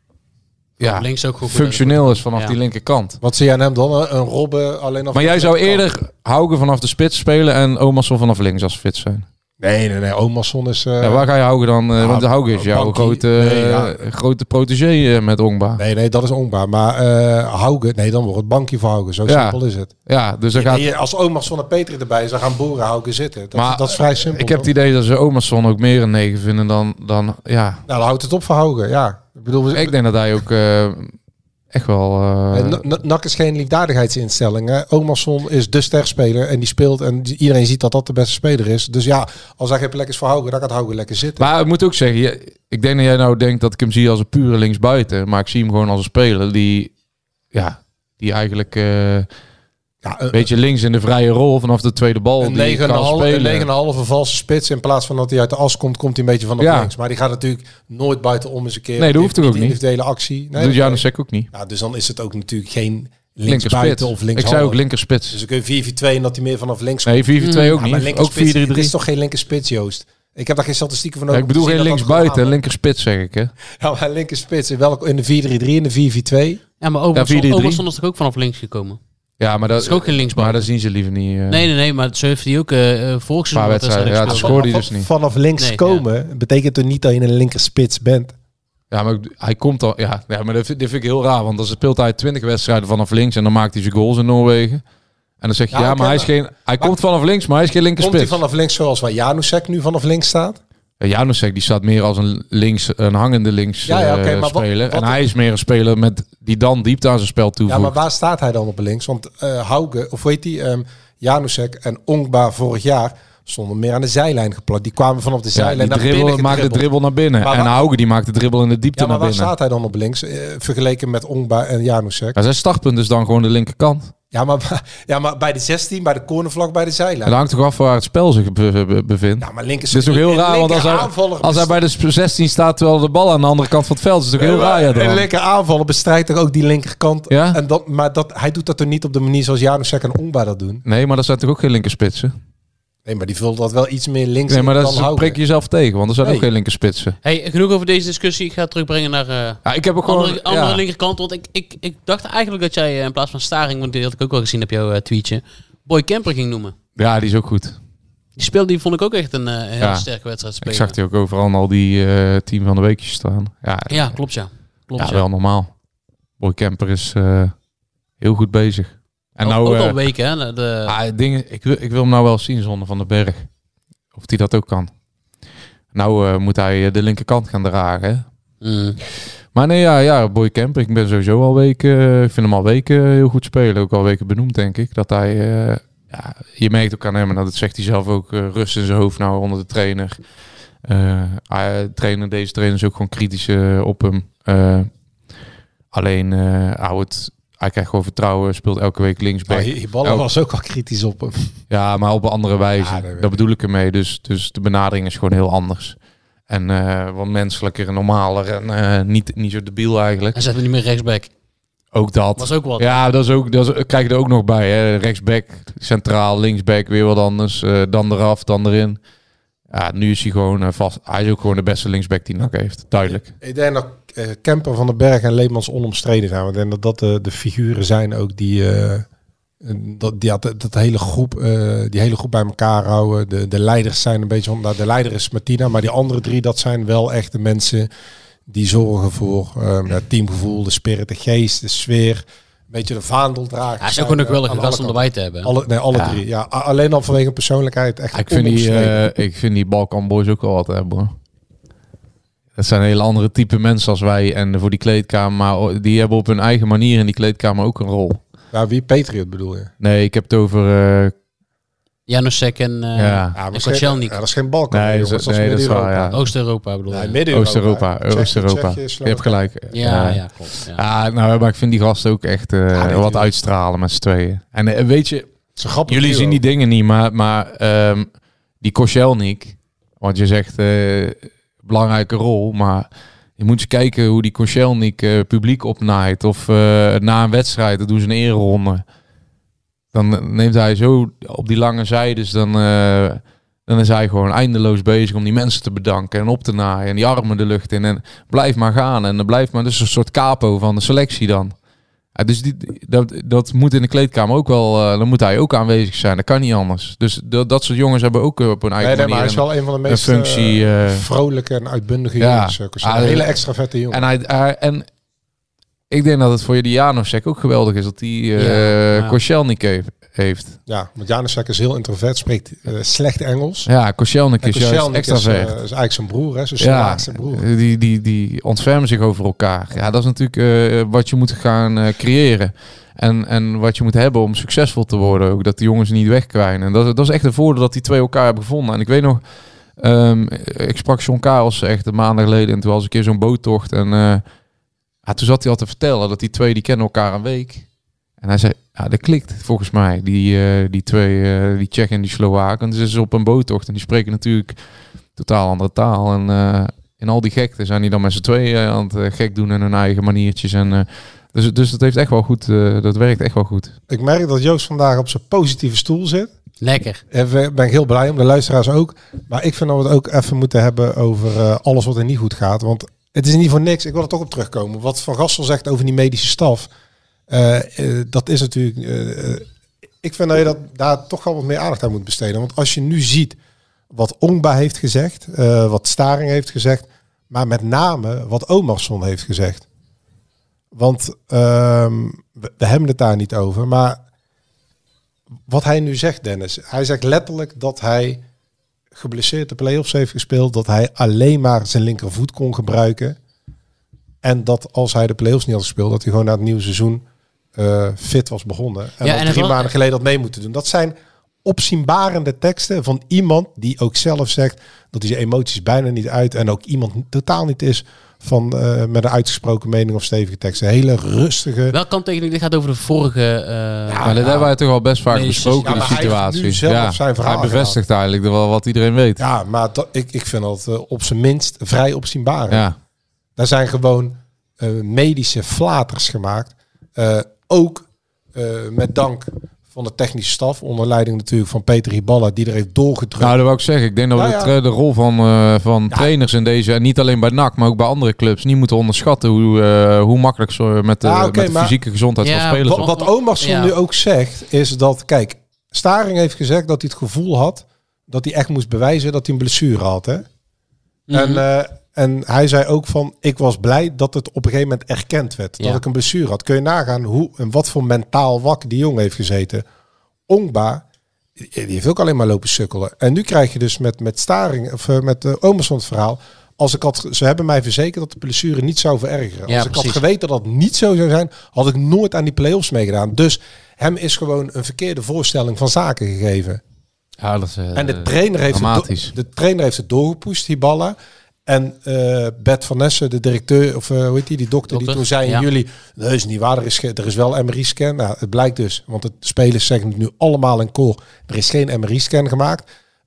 ja, links ook goed functioneel is vanaf ja. die linkerkant. Wat zie jij aan hem dan? Een Robben alleen af. Maar jij zou eerder Hauge vanaf de spits spelen en Omarsson vanaf links als fit zijn? Nee, nee, nee. Omarsson is... Uh... Ja, waar ga je Hauge dan? Uh, ja, want de Hauge is jouw grote, nee, ja. grote protégé uh, met Ongba. Nee, nee, dat is Ongba. Maar uh, Hauge, nee, dan wordt het bankje voor Hauge. Zo ja. simpel is het. Ja, dus dan ja, gaat... je, als Omarsson en Petri erbij is, dan gaan Boeren Hauge zitten. Dat, maar, dat is vrij simpel. Ik heb het idee dat ze Omarsson ook meer een negen vinden dan... dan ja. Nou, dan houdt het op voor Hauge, ja. Ik bedoel... Ik denk dat hij ook... Uh, Echt wel... Uh... N N A C is geen liefdadigheidsinstelling. Hè? Omarsson is de sterspeler en die speelt en iedereen ziet dat dat de beste speler is. Dus ja, als hij geen plek is voor Hauge, dan gaat Hauge lekker zitten. Maar ik moet ook zeggen, je, ik denk dat jij nou denkt dat ik hem zie als een pure linksbuiten, maar ik zie hem gewoon als een speler die, ja, die eigenlijk uh, ja, een beetje links in de vrije rol vanaf de tweede bal een die negen kan half, spelen. Een negen komma vijf valse spits. In plaats van dat hij uit de as komt, komt hij een beetje van de ja. links. Maar die gaat natuurlijk nooit buitenom eens een keer. Nee, dat hoeft toch ook niet. Individuele actie. Nee, dat doet Janusek ook niet. Nou, dus dan is het ook natuurlijk geen linksbuiten of links. Ik zei ook linkerspits. Dus dan kun je vier vier twee en dat hij meer vanaf links komt. Nee, vier vier twee ook ja, niet. Ook vier drie drie. Het is toch geen linkerspits, Joost? Ik heb daar geen statistieken van. Ja, ik bedoel geen linksbuiten, linkerspits zeg ik. Hè? Ja, maar linkerspits in welke in de vier drie drie en de vier vier twee. Ja, maar Omarsson is toch ook vanaf links gekomen? Ja, maar dat, dat is ook geen linksbuiten. Maar dat zien ze liever niet. Uh, nee, nee, nee, maar zo heeft hij ook uh, volkseizoen. wedstrijden. Ja, dat scoorde hij dus niet. Vanaf links nee, komen ja. betekent toch niet dat je een linkerspits bent? Ja, maar hij komt al. Ja, ja maar dat vind, dat vind ik heel raar, want dan speelt hij twintig wedstrijden vanaf links en dan maakt hij zijn goals in Noorwegen. En dan zeg je ja, ja maar hij is geen. Hij komt vanaf links, maar hij is geen linkerspits. Komt hij vanaf links zoals waar Janusek nu vanaf links staat? Ja, Janusek die staat meer als een links, een hangende links ja, ja, okay, uh, speler. Wat, wat en hij is meer een speler met die dan diepte aan zijn spel toevoegt. Ja, maar waar staat hij dan op links? Want uh, Hauge, of weet hij, um, Janusek en Ongba vorig jaar stonden meer aan de zijlijn geplakt. Die kwamen vanaf de zijlijn ja, naar dribbel, binnen. Maakt de dribbel naar binnen. Maar en Hauge die maakt de dribbel in de diepte ja, maar naar binnen. Waar staat hij dan op links uh, vergeleken met Ongba en Janusek? Ja, zijn startpunt is dan gewoon de linkerkant. Ja maar, ja, maar bij de zestien, bij de cornervlag, bij de zijlijn. Dat hangt toch af waar het spel zich be be bevindt. Ja, maar linker, dat is toch heel raar, want als hij, als hij bij de zestien staat terwijl de bal aan de andere kant van het veld is, is het toch heel ja, raar. Ja, een linker aanvaller bestrijdt toch ook die linkerkant. Ja? En dat, maar dat, hij doet dat er niet op de manier zoals Janusek en Ongba dat doen. Nee, maar dat zijn toch ook geen linkerspitsen? Nee, maar die vult dat wel iets meer links. Nee, maar dat prik je jezelf tegen, want er zijn nee. ook geen linkerspitsen. Hey, genoeg over deze discussie. Ik ga het terugbrengen naar uh, ja, ik heb ook andere, gewoon, andere ja. linkerkant. Want ik, ik, ik dacht eigenlijk dat jij uh, in plaats van Staring, want die had ik ook wel gezien op jouw uh, tweetje, Boy Kemper ging noemen. Ja, die is ook goed. Die speelde, die vond ik ook echt een uh, heel ja. sterke wedstrijd spelen. Ik zag die ook overal al die uh, team van de weekjes staan. Ja, ja klopt ja. Klopt, ja, ja. wel normaal. Boy Kemper is uh, heel goed bezig. En ook, nou, ook uh, al weken hè. De... ah, dingen, ik, wil, ik wil hem nou wel zien zonder Van den Berg. Of hij dat ook kan. Nou uh, moet hij de linkerkant gaan dragen. Mm. Maar nee, ja, ja, Boy Kemper. Ik ben sowieso al weken... Ik vind hem al weken heel goed spelen. Ook al weken benoemd, denk ik. Dat hij... Uh, ja, je merkt ook aan hem, en dat zegt hij zelf ook, uh, rust in zijn hoofd nou onder de trainer. Uh, hij, trainer. Deze trainer is ook gewoon kritisch uh, op hem. Uh, alleen, uh, hij wordt... Hij krijgt gewoon vertrouwen, speelt elke week linksback. Nou, Hiballa Elk... was ook al kritisch op hem. Ja, maar op een andere wijze. Ja, dat dat bedoel ik ermee. Dus, dus de benadering is gewoon heel anders. En uh, wat menselijker en normaler. En uh, niet, niet zo debiel eigenlijk. En zet me niet meer rechtsback. Ook dat. Was ook wat. Ja, dat, is ook, dat is, krijg je er ook nog bij. Hè. Rechtsback, centraal, linksback, weer wat anders. Uh, dan eraf, dan erin. Ja, nu is hij gewoon uh, vast. Hij is ook gewoon de beste linksback die N A C heeft. Duidelijk. Ik denk dat uh, Kemper, Van den Berg en Leemans onomstreden zijn. Ik denk dat dat de, de figuren zijn ook die... Uh, dat, die dat, dat hele groep, uh, die hele groep bij elkaar houden. De, de leiders zijn een beetje... Nou, de leider is Martina, maar die andere drie, dat zijn wel echt de mensen... die zorgen voor um, ja, teamgevoel, de spirit, de geest, de sfeer... Een beetje de vaandeldrager. Hij is ook een geweldige gast om erbij te hebben. Alle, nee, alle ja. drie. Ja, alleen al vanwege persoonlijkheid. Echt ik, vind die, uh, ik vind die Balkan Boys ook wel wat hebben, hoor. Dat zijn hele andere type mensen als wij. En voor die kleedkamer, maar die hebben op hun eigen manier in die kleedkamer ook een rol. Ja, wie Patriot bedoel je? Nee, ik heb het over... Uh, Janusek en, uh, ja. Ja, en Koscielnik. Ja, dat is geen Balkan. Nee, jongens, dat is, nee, dat is waar, ja. Oost-Europa bedoel je? Nee, Oost-Europa. Oost-Europa. Je hebt gelijk. Ja, ja, klopt. Ja. Ah, nou, maar ik vind die gasten ook echt uh, ja, wat je. uitstralen met z'n tweeën. En uh, weet je, jullie zien die dingen niet, maar, maar um, die Koscielnik, want je zegt uh, belangrijke rol, maar je moet eens kijken hoe die Koscielnik uh, publiek opnaait. Of uh, na een wedstrijd, dan doen ze een ereronde. Dan neemt hij zo op die lange zijdes, dan, uh, dan is hij gewoon eindeloos bezig om die mensen te bedanken en op te naaien en die armen de lucht in. En blijf maar gaan en dan blijft maar, dus een soort capo van de selectie dan. Ja, dus die, dat, dat moet in de kleedkamer ook wel, uh, dan moet hij ook aanwezig zijn. Dat kan niet anders. Dus dat, dat soort jongens hebben ook uh, op hun eigen nee, nee, manier maar hij is wel een van de meest functie, uh, vrolijke en uitbundige ja, jongens. Een hele extra vette jongen. En hij, hij en ik denk dat het voor je die Janusek ook geweldig is dat hij uh, ja, ja. Koscielnik heeft. heeft. Ja, want Janusek is heel introvert, spreekt uh, slecht Engels. Ja, Koscielnik is juist extravert. Is, uh, is eigenlijk zijn broer, hè, zijn Slovaakse ja, broer. Die, die, die ontfermen zich over elkaar. Ja, dat is natuurlijk uh, wat je moet gaan uh, creëren. En, en wat je moet hebben om succesvol te worden. Ook dat de jongens niet wegkwijnen. En dat, dat is echt een voordeel dat die twee elkaar hebben gevonden. En ik weet nog, um, ik sprak John Karels echt een maand geleden. En toen was een keer zo'n boottocht. En uh, ja, toen zat hij al te vertellen dat die twee, die kennen elkaar een week. En hij zei, ja, dat klikt volgens mij. Die, uh, die twee, uh, die Tsjech en die Slowaken. Dus ze is op een boottocht en die spreken natuurlijk totaal andere taal. En uh, in al die gekte zijn die dan met z'n tweeën uh, aan het uh, gek doen in hun eigen maniertjes. En, uh, dus, dus dat heeft echt wel goed, uh, dat werkt echt wel goed. Ik merk dat Joost vandaag op zijn positieve stoel zit. Lekker. En ben ik heel blij om, de luisteraars ook. Maar ik vind dat we het ook even moeten hebben over uh, alles wat er niet goed gaat. Want het is niet voor niks. Ik wil er toch op terugkomen. Wat Van Gastel zegt over die medische staf. Uh, uh, dat is natuurlijk... Uh, ik vind dat je dat, daar toch wel wat meer aandacht aan moet besteden. Want als je nu ziet wat Ongba heeft gezegd, uh, wat Staring heeft gezegd, maar met name wat Omarsson heeft gezegd. Want uh, we, we hebben het daar niet over, maar wat hij nu zegt, Dennis, hij zegt letterlijk dat hij geblesseerd de play-offs heeft gespeeld, dat hij alleen maar zijn linkervoet kon gebruiken. En dat als hij de play-offs niet had gespeeld, dat hij gewoon na het nieuwe seizoen uh, fit was begonnen. En, ja, en drie maanden geleden dat mee moeten doen. Dat zijn opzienbarende teksten van iemand die ook zelf zegt dat hij zijn emoties bijna niet uit en ook iemand totaal niet is van uh, met een uitgesproken mening of stevige teksten. Hele rustige... Welke kanttekening? Dit gaat over de vorige... Uh, ja, maar dat ja. hebben wij toch al best vaak besproken, ja, die situatie. Hij, zelf ja, zijn hij bevestigt gehaald. Eigenlijk wel wat iedereen weet. Ja, maar dat, ik, ik vind dat uh, op zijn minst vrij opzienbaar. Ja. Daar zijn gewoon uh, medische flaters gemaakt. Uh, ook uh, met dank van de technische staf, onder leiding natuurlijk van Peter Hiballa, die er heeft doorgedrukt. Nou, dat wil ik zeggen. Ik denk dat we ja, ja. de rol van, uh, van ja. trainers in deze, en niet alleen bij N A C, maar ook bij andere clubs, niet moeten onderschatten hoe, uh, hoe makkelijk zo met de, ja, okay, met de fysieke gezondheid ja, van spelers. Wat, wat Omarsson ja. nu ook zegt, is dat, kijk, Staring heeft gezegd dat hij het gevoel had dat hij echt moest bewijzen dat hij een blessure had. Hè? Mm-hmm. En, uh, en hij zei ook van, ik was blij dat het op een gegeven moment erkend werd. Dat ja. ik een blessure had. Kun je nagaan hoe en wat voor mentaal wak die jongen heeft gezeten. Ongba, die heeft ook alleen maar lopen sukkelen. En nu krijg je dus met, met Staring, of uh, met uh, Omarsson het verhaal. Als ik had, ze hebben mij verzekerd dat de blessure niet zou verergeren. Ja, als precies. ik had geweten dat het niet zo zou zijn, had ik nooit aan die play-offs meegedaan. Dus hem is gewoon een verkeerde voorstelling van zaken gegeven. Ja, dat is, uh, en de trainer heeft dramatisch. Het do- de trainer heeft het doorgepusht, Hiballa. En uh, Bert van Nessen, de directeur, of uh, hoe heet die, die dokter, dokter, die toen zei in ja. juli, nee, is niet waar, er is, ge- er is wel M R I-scan. Nou, het blijkt dus, want de spelers zeggen het nu allemaal in koor, er is geen M R I-scan gemaakt.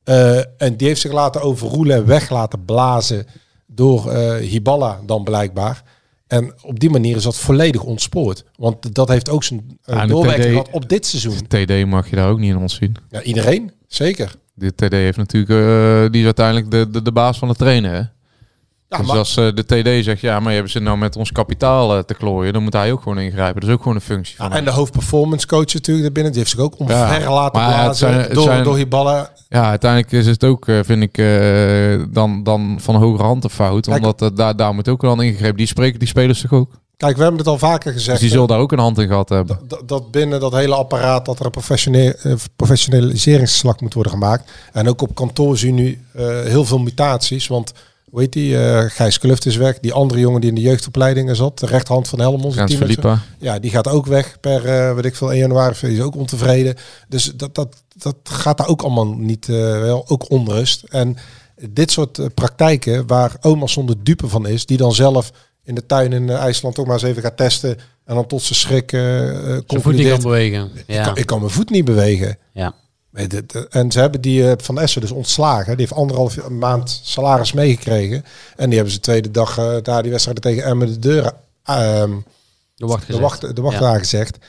Uh, en die heeft zich laten overroelen en weg laten blazen door uh, Hiballa dan blijkbaar. En op die manier is dat volledig ontspoord. Want dat heeft ook zijn uh, ja, doorwerking gehad op dit seizoen. De T D mag je daar ook niet in ontzien. Ja, iedereen, zeker. De T D heeft natuurlijk, uh, die is uiteindelijk de, de, de baas van de trainer, hè? Ja, dus maar... als uh, de T D zegt, ja, maar je hebt ze nou met ons kapitaal uh, te klooien, dan moet hij ook gewoon ingrijpen. Dat is ook gewoon een functie van ja, en de hoofdperformance coach natuurlijk daarbinnen, die heeft zich ook omver ja, laten blazen het zijn, het door, zijn, door Hiballa. Ja, uiteindelijk is het ook, uh, vind ik, uh, dan, dan van hoge hand een fout. Kijk, omdat uh, daar, daar moet ook wel aan ingegrepen. Die spreken die spelers toch ook? Kijk, we hebben het al vaker gezegd. Dus die zullen daar ook een hand in gehad hebben. Dat, dat binnen dat hele apparaat, dat er een professioneel, uh, professionaliseringsslag moet worden gemaakt. En ook op kantoor zien nu uh, heel veel mutaties, want... Hoe heet die? Uh, Gijs Kluft is weg. Die andere jongen die in de jeugdopleidingen zat. De rechterhand van Helmond. Ja, die gaat ook weg per, uh, weet ik veel, één januari. Die is ook ontevreden. Dus dat, dat, dat gaat daar ook allemaal niet, uh, wel, ook onrust. En dit soort uh, praktijken waar Omarsson de dupe van is. Die dan zelf in de tuin in uh, IJsland toch maar eens even gaat testen. En dan tot zijn schrik uh, uh, concludeert. Kan bewegen. Ja. Ik, kan, ik kan mijn voet niet bewegen. Ja. En ze hebben die Van Essen dus ontslagen. Die heeft anderhalf maand salaris meegekregen. En die hebben ze tweede dag uh, daar die wedstrijd tegen Emmen de deur uh, de wacht, de wacht, de wacht ja. aangezegd.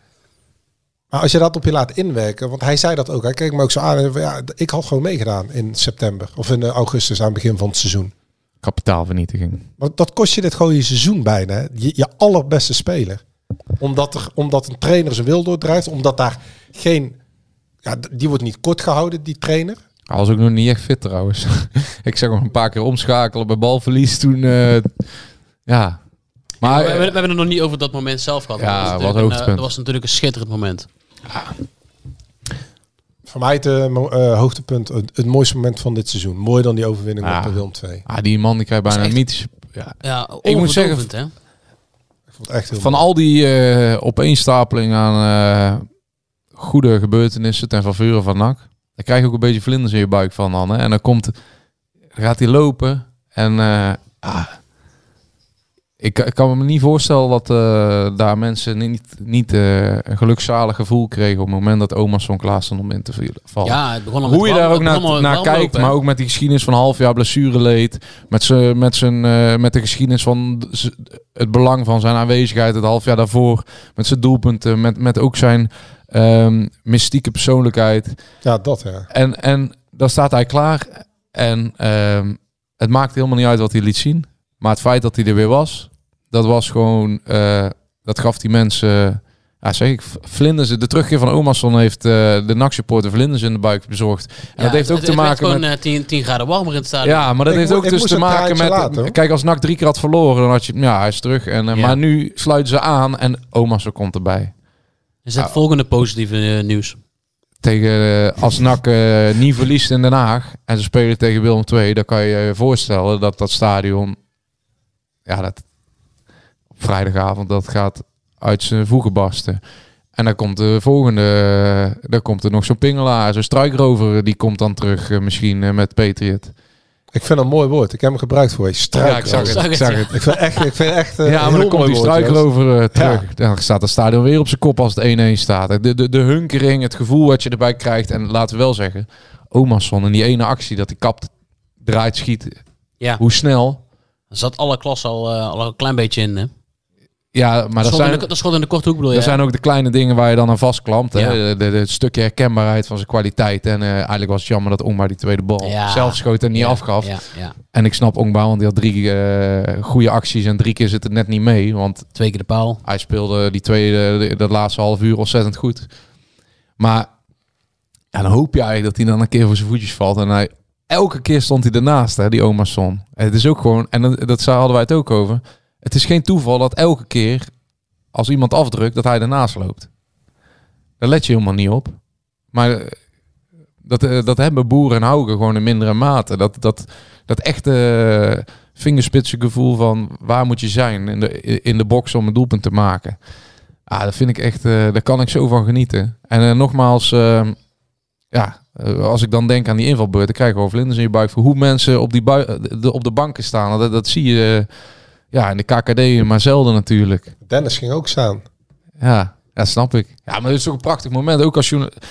Maar als je dat op je laat inwerken, want hij zei dat ook. Hij keek me ook zo aan. En, ja, ik had gewoon meegedaan in september of in augustus aan het begin van het seizoen. Kapitaalvernietiging. Maar dat kost je dit gewoon je seizoen bijna. Hè? Je, je allerbeste speler. Omdat, er, omdat een trainer zijn wil doordrijft. Omdat daar geen... Ja, die wordt niet kort gehouden, die trainer. Hij was ook nog niet echt fit trouwens. Ik zeg hem een paar keer omschakelen bij balverlies toen. Uh, ja. Maar ja, we, we, we hebben het nog niet over dat moment zelf gehad. Ja, dat was, was, een, uh, dat was natuurlijk een schitterend moment. Ja. Voor mij het uh, uh, hoogtepunt, het, het mooiste moment van dit seizoen. Mooier dan die overwinning ja. op de Willem twee. Ah, die man die krijgt bijna een mythische... Ja, ja ik moet zeggen, hè? Ik vond het echt heel van mooi. al die uh, opeenstapeling aan... Uh, goede gebeurtenissen ten faveur van N A C. Daar krijg je ook een beetje vlinders in je buik van dan. Hè? En dan komt, dan gaat hij lopen en uh, ah, ik, ik kan me niet voorstellen dat uh, daar mensen niet, niet uh, een gelukzalig gevoel kregen op het moment dat Omarsson klaar stond om in te vallen. Ja, het begon al hoe je daar ook naar, naar, naar kijkt, lopen, maar ook met die geschiedenis van een half jaar blessureleed, met, z'n, met, zijn, uh, met de geschiedenis van z- het belang van zijn aanwezigheid het half jaar daarvoor, met zijn doelpunten, met, met ook zijn Um, mystieke persoonlijkheid. Ja, dat ja. En, en dan staat hij klaar. En um, het maakt helemaal niet uit wat hij liet zien. Maar het feit dat hij er weer was, dat was gewoon, uh, dat gaf die mensen, uh, ja zeg ik, vlinders. De terugkeer van Omarsson heeft uh, de N A C-supporter vlinders in de buik bezorgd. En ja, dat heeft ook het, te het maken met... met... gewoon tien graden warmer in het stadion. Ja, maar dat ik heeft mo- ook dus te maken met... Laten, kijk, als N A C drie keer had verloren, dan had je... Ja, hij is terug. En, uh, ja. Maar nu sluiten ze aan en Omarsson komt erbij. Is het volgende positieve uh, nieuws? Tegen, uh, als N A C uh, niet verliest in Den Haag en ze spelen tegen Willem twee, dan kan je je voorstellen dat dat stadion, ja, dat op vrijdagavond, dat gaat uit zijn voegen barsten. En dan komt de volgende, uh, dan komt er nog zo'n pingelaar, zo'n struikrover, die komt dan terug uh, misschien uh, met Patriot. Ik vind dat een mooi woord. Ik heb hem gebruikt voor je. Ja, ik zag het. Ik, zag het. ik vind echt, ik vind echt uh, ja, maar dan komt die struikrover uh, terug. Ja. Dan staat het stadion weer op zijn kop als het één-één staat. De, de, de hunkering, het gevoel wat je erbij krijgt. En laten we wel zeggen, Omarsson in die ene actie dat hij kapt, draait, schiet. Ja. Hoe snel. Er zat alle klas al, uh, al een klein beetje in, hè? Ja, maar dat, zijn, de, dat schot in de korte hoek bedoel je? Dat zijn ook de kleine dingen waar je dan aan vastklampt. Ja. Hè? De, de, het stukje herkenbaarheid van zijn kwaliteit. En uh, eigenlijk was het jammer dat Ongba die tweede bal ja. zelf schoot en niet ja. afgaf. Ja. Ja. En ik snap Ongba, want hij had drie uh, goede acties en drie keer zit het net niet mee. Want twee keer de paal. Hij speelde die tweede, de, dat laatste half uur ontzettend goed. Maar ja, dan hoop je eigenlijk dat hij dan een keer voor zijn voetjes valt. En hij, elke keer stond hij ernaast, hè, die Omarsson. En het is ook gewoon, en dat, dat hadden wij het ook over. Het is geen toeval dat elke keer als iemand afdrukt, dat hij ernaast loopt. Daar let je helemaal niet op. Maar dat, dat hebben Boeren en Hauge gewoon in mindere mate. Dat, dat, dat echte vingerspitsengevoel van waar moet je zijn in de, in de box om een doelpunt te maken. Ah, dat vind ik echt, uh, daar kan ik zo van genieten. En uh, nogmaals, uh, ja, uh, als ik dan denk aan die invalbeurt, dan krijg je gewoon vlinders in je buik voor hoe mensen op, die bui- de, op de banken staan. Dat, dat zie je uh, ja, in de K K D, maar zelden natuurlijk. Dennis ging ook staan. Ja, ja, snap ik. Ja, maar het is toch een prachtig moment. Ook als journalist.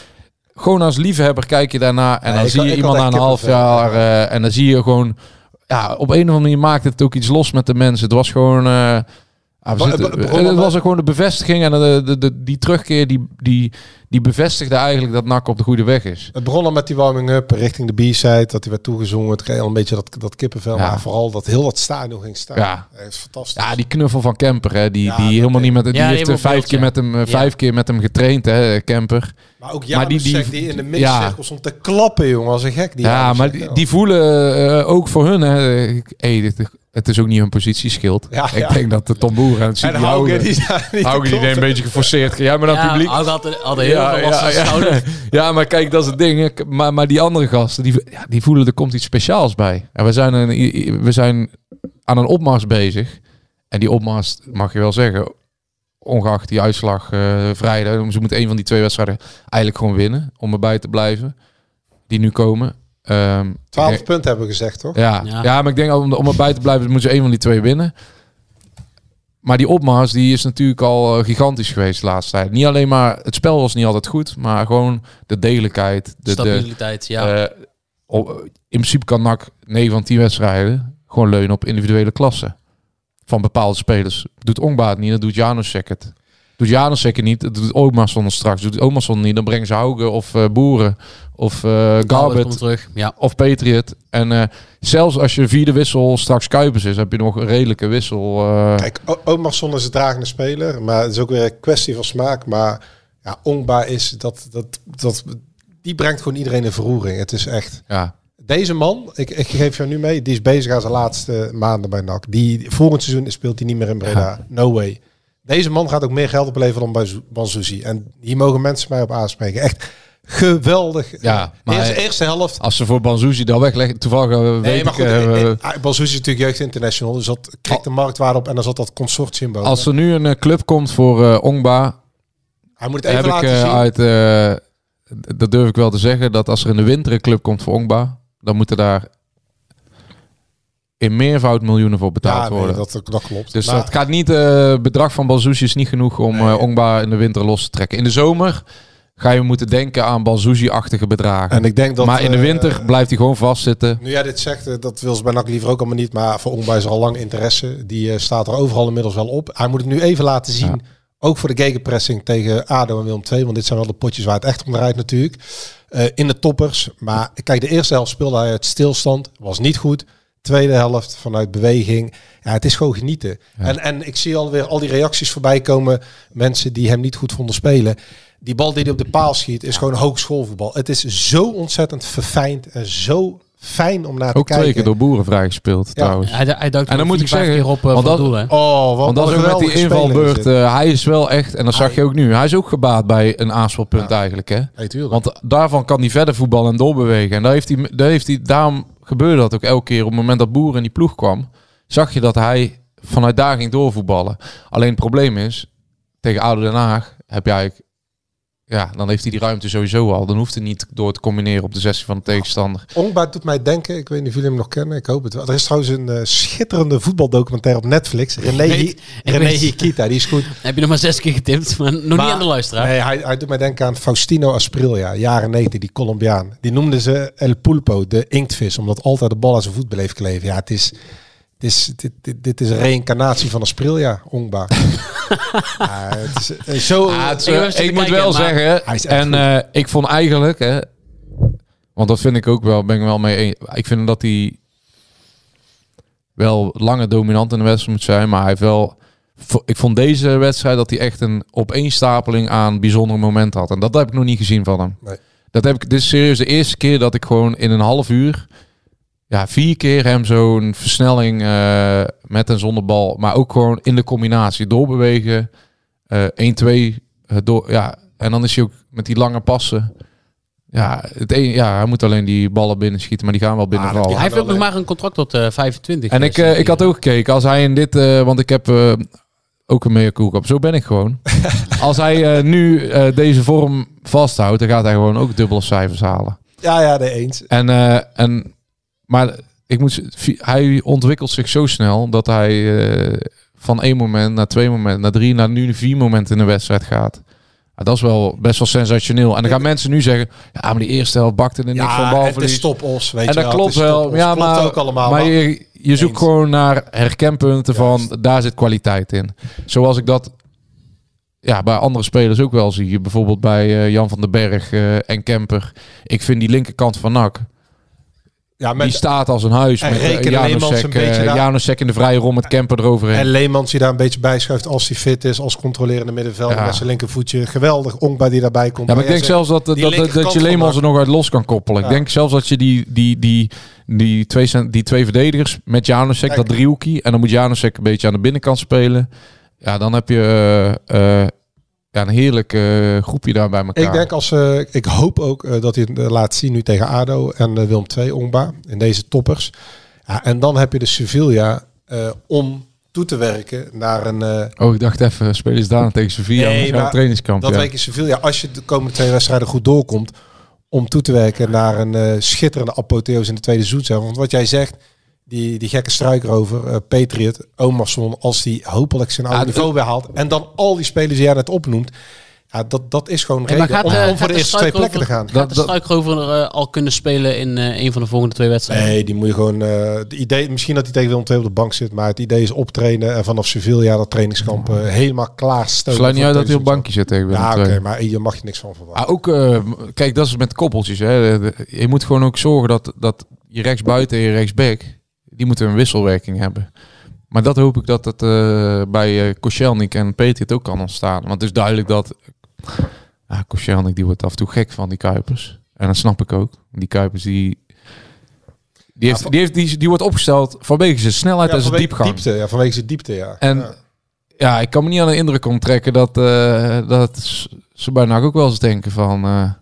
gewoon als liefhebber kijk je daarna en Ja, dan ik zie had- je ik iemand had na een echt half kippenvel. jaar uh, en dan zie je gewoon, ja, op een of andere manier maakt het ook iets los met de mensen. Het was gewoon, uh, ja, we Ba- zitten- ba- begon het met- was ook gewoon de bevestiging en de, de, de, die terugkeer die, die, die bevestigde eigenlijk dat N A C op de goede weg is. Het begon al met die warming-up richting de B-side, dat hij werd toegezongen. Het kreeg al een beetje dat, dat kippenvel, Ja. maar vooral dat heel dat stadion ging staan. Ja. Dat is fantastisch. Ja, die knuffel van Kemper, hè, die, Ja, die dat helemaal deed- niet met, die Ja, die heeft uh, heeft vijf op keer beeld, met hem, uh, ja. vijf keer met hem getraind, hè, Kemper. Maar ook Maar die- Janusek die- die, in de ja. middencirkel stond te klappen, jongen, als een gek. Die Ja, Janusek, maar die, ja. die voelen uh, ook voor hun, hè, hey, dit, het is ook niet hun positieschild. Ja, Ik ja. denk dat de tamboeren en het En die Hauke, houden. die zijn niet te Hauke die deed kloppen. een beetje geforceerd. Ja, maar dan Ja, publiek. Hauke had, had heel veel last van zijn ja, schouder. ja, maar kijk, dat is het ding. hè. Maar, maar die andere gasten, die, ja, die voelen er komt iets speciaals bij. En we zijn, een, we zijn aan een opmars bezig. En die opmars, mag je wel zeggen, ongeacht die uitslag uh, vrijdag. Ze moeten een van die twee wedstrijden eigenlijk gewoon winnen. Om erbij te blijven. Die nu komen. Um, Twaalf ik denk- punten hebben we gezegd, toch? ja, Ja. ja. maar ik denk om, om erbij te blijven, moeten ze een van die twee winnen. Maar die opmars, die is natuurlijk al uh, gigantisch geweest de laatste tijd. Niet alleen maar, het spel was niet altijd goed, maar gewoon de degelijkheid. De, de, Stabiliteit, ja. uh, op- in principe kan N A C negen van tien wedstrijden gewoon leunen op individuele klassen. Van bepaalde spelers. Doet Ongba het niet, dat doet Janusek het. Doet Janusek het niet, dat doet Omarsson straks. Doet Omarsson niet, dan brengen ze Hauge of uh, Boeren of uh, Garbert Garbert komt terug. Ja. of Patriot. En uh, zelfs als je vierde wissel straks Kuipers is, heb je nog een redelijke wissel. Uh, Kijk, O- Omarsson is een dragende speler, maar het is ook weer een kwestie van smaak. Maar ja, Ongba is dat, dat, dat, die brengt gewoon iedereen in verroering. Het is echt... ja. Deze man, ik, ik geef jou nu mee, die is bezig aan zijn laatste maanden bij N A C. Die, volgend seizoen speelt hij niet meer in Breda. Ja. No way. Deze man gaat ook meer geld opleveren dan bij Zo- Banzuzi. En hier mogen mensen mij op aanspreken. Echt geweldig. Ja, maar eerste, hij- eerste helft. Als ze voor Banzuzi dat wegleggen, toevallig uh, weet Nee, maar goed, ik... eh, uh, eh, Banzuzi is natuurlijk jeugd international. Dus dat kreeg de marktwaarde op en dan zat dat consortium boven. als er nu een uh, club komt voor uh, Ongba, Hij moet het even heb ik laten uh, zien. uit... Uh, dat durf ik wel te zeggen, dat als er in de winter een club komt voor Ongba, dan moeten daar in meervoud miljoenen voor betaald ja, nee, worden. dat, dat klopt. Dus Maar- het gaat niet, het uh, bedrag van Banzuzi is niet genoeg om Nee. uh, Ongba in de winter los te trekken. In de zomer ga je moeten denken aan Banzuzi-achtige bedragen. En ik denk dat, maar in de eh, winter blijft hij gewoon vastzitten. Nu jij dit zegt, eh, dat wil ze bij N A C liever ook allemaal niet. Maar voor Ongba is er al lang interesse. Die eh, staat er overal inmiddels wel op. Hij moet het nu even laten zien. Ja. Ook voor de gegenpressing tegen A D O en Willem twee. Want dit zijn wel de potjes waar het echt om draait natuurlijk. Uh, in de toppers. Maar kijk, de eerste helft speelde hij uit stilstand. Was niet goed. Tweede helft vanuit beweging. Ja, het is gewoon genieten. Ja. En, en ik zie alweer al die reacties voorbij komen. Mensen die hem niet goed vonden spelen. Die bal die hij op de paal schiet is gewoon hogeschoolvoetbal. Het is zo ontzettend verfijnd en zo fijn om naar te Ook kijken. twee keer door Boeren vrijgespeeld Ja. trouwens. Hij, hij duikt En dan er moet ik vier, vijf zeggen, keer op uh, want van dat- doel, hè. Oh, wat, Want dat wat is een ook met die geweldige speler invalbeurt. is dit. Uh, hij is wel echt, en dat zag je ook nu. Hij is ook gebaat bij een aanspelpunt eigenlijk. Hè? Hey, tuurlijk. Want daarvan kan hij verder voetballen en doorbewegen. En daar heeft hij, daar heeft hij, daarom gebeurde dat ook elke keer op het moment dat Boeren in die ploeg kwam. Zag je dat hij vanuit daar ging doorvoetballen. Alleen het probleem is, tegen A D O Den Haag heb je eigenlijk... Ja, dan heeft hij die ruimte sowieso al. Dan hoeft hij niet door te combineren op de zestig van de tegenstander. Ongba doet mij denken, ik weet niet of jullie hem nog kennen, ik hoop het wel. Er is trouwens een uh, schitterende voetbaldocumentaire op Netflix. René, Ik Hi- weet- ik René weet- Hikita, die is goed. Heb je nog maar zes keer getipt, maar nog niet aan de luisteraar. Nee, hij, hij doet mij denken aan Faustino Asprilla, jaren negentig, die Colombiaan. Die noemden ze El Pulpo, de inktvis, omdat altijd de bal aan zijn voet bleef kleven. Ja, het is... Het is, dit, dit, dit is een reïncarnatie van Asprilla, Ongba. Ja, het is, uh, zo... Ah, het is, Ik heb uh, even zitten ik moet kijken, wel maar zeggen, hij is echt en uh, ik vond eigenlijk, hè, want dat vind ik ook wel, ben ik wel mee eens. Ik vind dat hij wel langer dominant in de wedstrijd moet zijn, maar hij heeft wel... Ik vond deze wedstrijd dat hij echt een opeenstapeling aan bijzondere momenten had. En dat heb ik nog niet gezien van hem. Nee. Dat heb ik, dit is serieus de eerste keer dat ik gewoon in een half uur... Ja, vier keer hem zo'n versnelling uh, met en zonder bal. Maar ook gewoon in de combinatie. Doorbewegen. Uh, één twee. Uh, door, ja. En dan is hij ook met die lange passen. Ja, het een, ja, hij moet alleen die ballen binnen schieten. Maar die gaan wel binnenvallen. dat- Hij heeft ook nog maar een contract tot uh, vijfentwintig. En ik, uh, ik had ook gekeken. Als hij in dit... Uh, want ik heb uh, ook een meer koelkap. Zo ben ik gewoon. Als hij uh, nu uh, deze vorm vasthoudt... dan gaat hij gewoon ook dubbele cijfers halen. Ja, ja, nee, eens. En... Uh, en Maar ik moet, hij ontwikkelt zich zo snel dat hij uh, van één moment naar twee momenten, naar drie, naar nu vier momenten in de wedstrijd gaat. Ja, dat is wel best wel sensationeel. En dan gaan mensen nu zeggen, ja, maar die eerste helft bakte er niks Ja, van balverlies. het is top-os, weet En je dat wel. klopt Het is wel. top-os. Ja, Klopt maar, ook allemaal. maar maar- je, je zoekt Eens. gewoon naar herkenpunten van, daar zit kwaliteit in. Zoals ik dat ja, bij andere spelers ook wel zie. Bijvoorbeeld bij uh, Jan van den Berg uh, en Kemper. Ik vind die linkerkant van N A C... Ja, met, die staat als een huis. en Met reken uh, Leemans Janusek, een beetje uh, daar- Janusek in de vrije rol met Kemper eroverheen. En Leemans die daar een beetje bijschuift als hij fit is, als controlerende middenvelder Ja. met zijn linkervoetje. Geweldig, Onkba die daarbij komt. Ja, maar ik denk jij zelfs dat, dat, die dat, dat linkerkant je van Leemans er N A C. nog uit los kan koppelen. Ja. Ik denk zelfs dat je die, die, die, die, twee, cent- die twee verdedigers met Janusek, Kijk. dat driehoekie. En dan moet Janusek een beetje aan de binnenkant spelen. Ja, dan heb je uh, uh, ja, een heerlijk uh, groepje daar bij elkaar. Ik denk als uh, ik hoop ook uh, dat hij het uh, laat zien nu tegen A D O en uh, Willem twee Onkba in deze toppers. Ja, en dan heb je de Sevilla uh, om toe te werken naar een... Uh, oh, ik dacht even, spelen ze daar tegen Sevilla Nee, nee, maar trainingskamp. dat ja. week in Sevilla, als je de komende twee wedstrijden goed doorkomt, om toe te werken naar een uh, schitterende apotheose in de tweede seizoen. Want wat jij zegt, die, die gekke struikrover, uh, Patriot, Omarsson, als die hopelijk zijn oude Ja, niveau weer haalt. En dan al die spelers die jij net opnoemt. Ja, dat, dat is gewoon Ja, maar reden gaat, om, uh, om gaat voor de de eerste twee plekken te gaan. Gaat Dat- de dat- struikrover uh, al kunnen spelen in uh, een van de volgende twee wedstrijden? Nee, die moet je gewoon... Uh, de idee, misschien dat hij tegen Willem twee op de bank zit, maar het idee is optrainen en vanaf Sevilla dat trainingskamp uh, helemaal klaar stoken. Sluit niet voor uit dat hij het op bankje zit tegen Willem Ja, oké, twee. maar hier mag je niks van verwachten. Ah, ook, uh, kijk, dat is met koppeltjes. Hè. De- de- Je moet gewoon ook zorgen dat, dat je rechtsbuiten en je rechtsback, die moeten een wisselwerking hebben. Maar dat hoop ik dat het uh, bij uh, Koscielnik en Patriot ook kan ontstaan. Want het is duidelijk dat... Ja, Koscielnik die wordt af en toe gek van die Kuipers. En dat snap ik ook. Die Kuipers die... Die, heeft, die, heeft, die, die wordt opgesteld vanwege zijn snelheid en zijn vanwege diepgang. diepte, ja, vanwege zijn diepte, ja. En ja. ja, ik kan me niet aan de indruk onttrekken dat, uh, dat s- ze bij N A C ook wel eens denken van... Uh,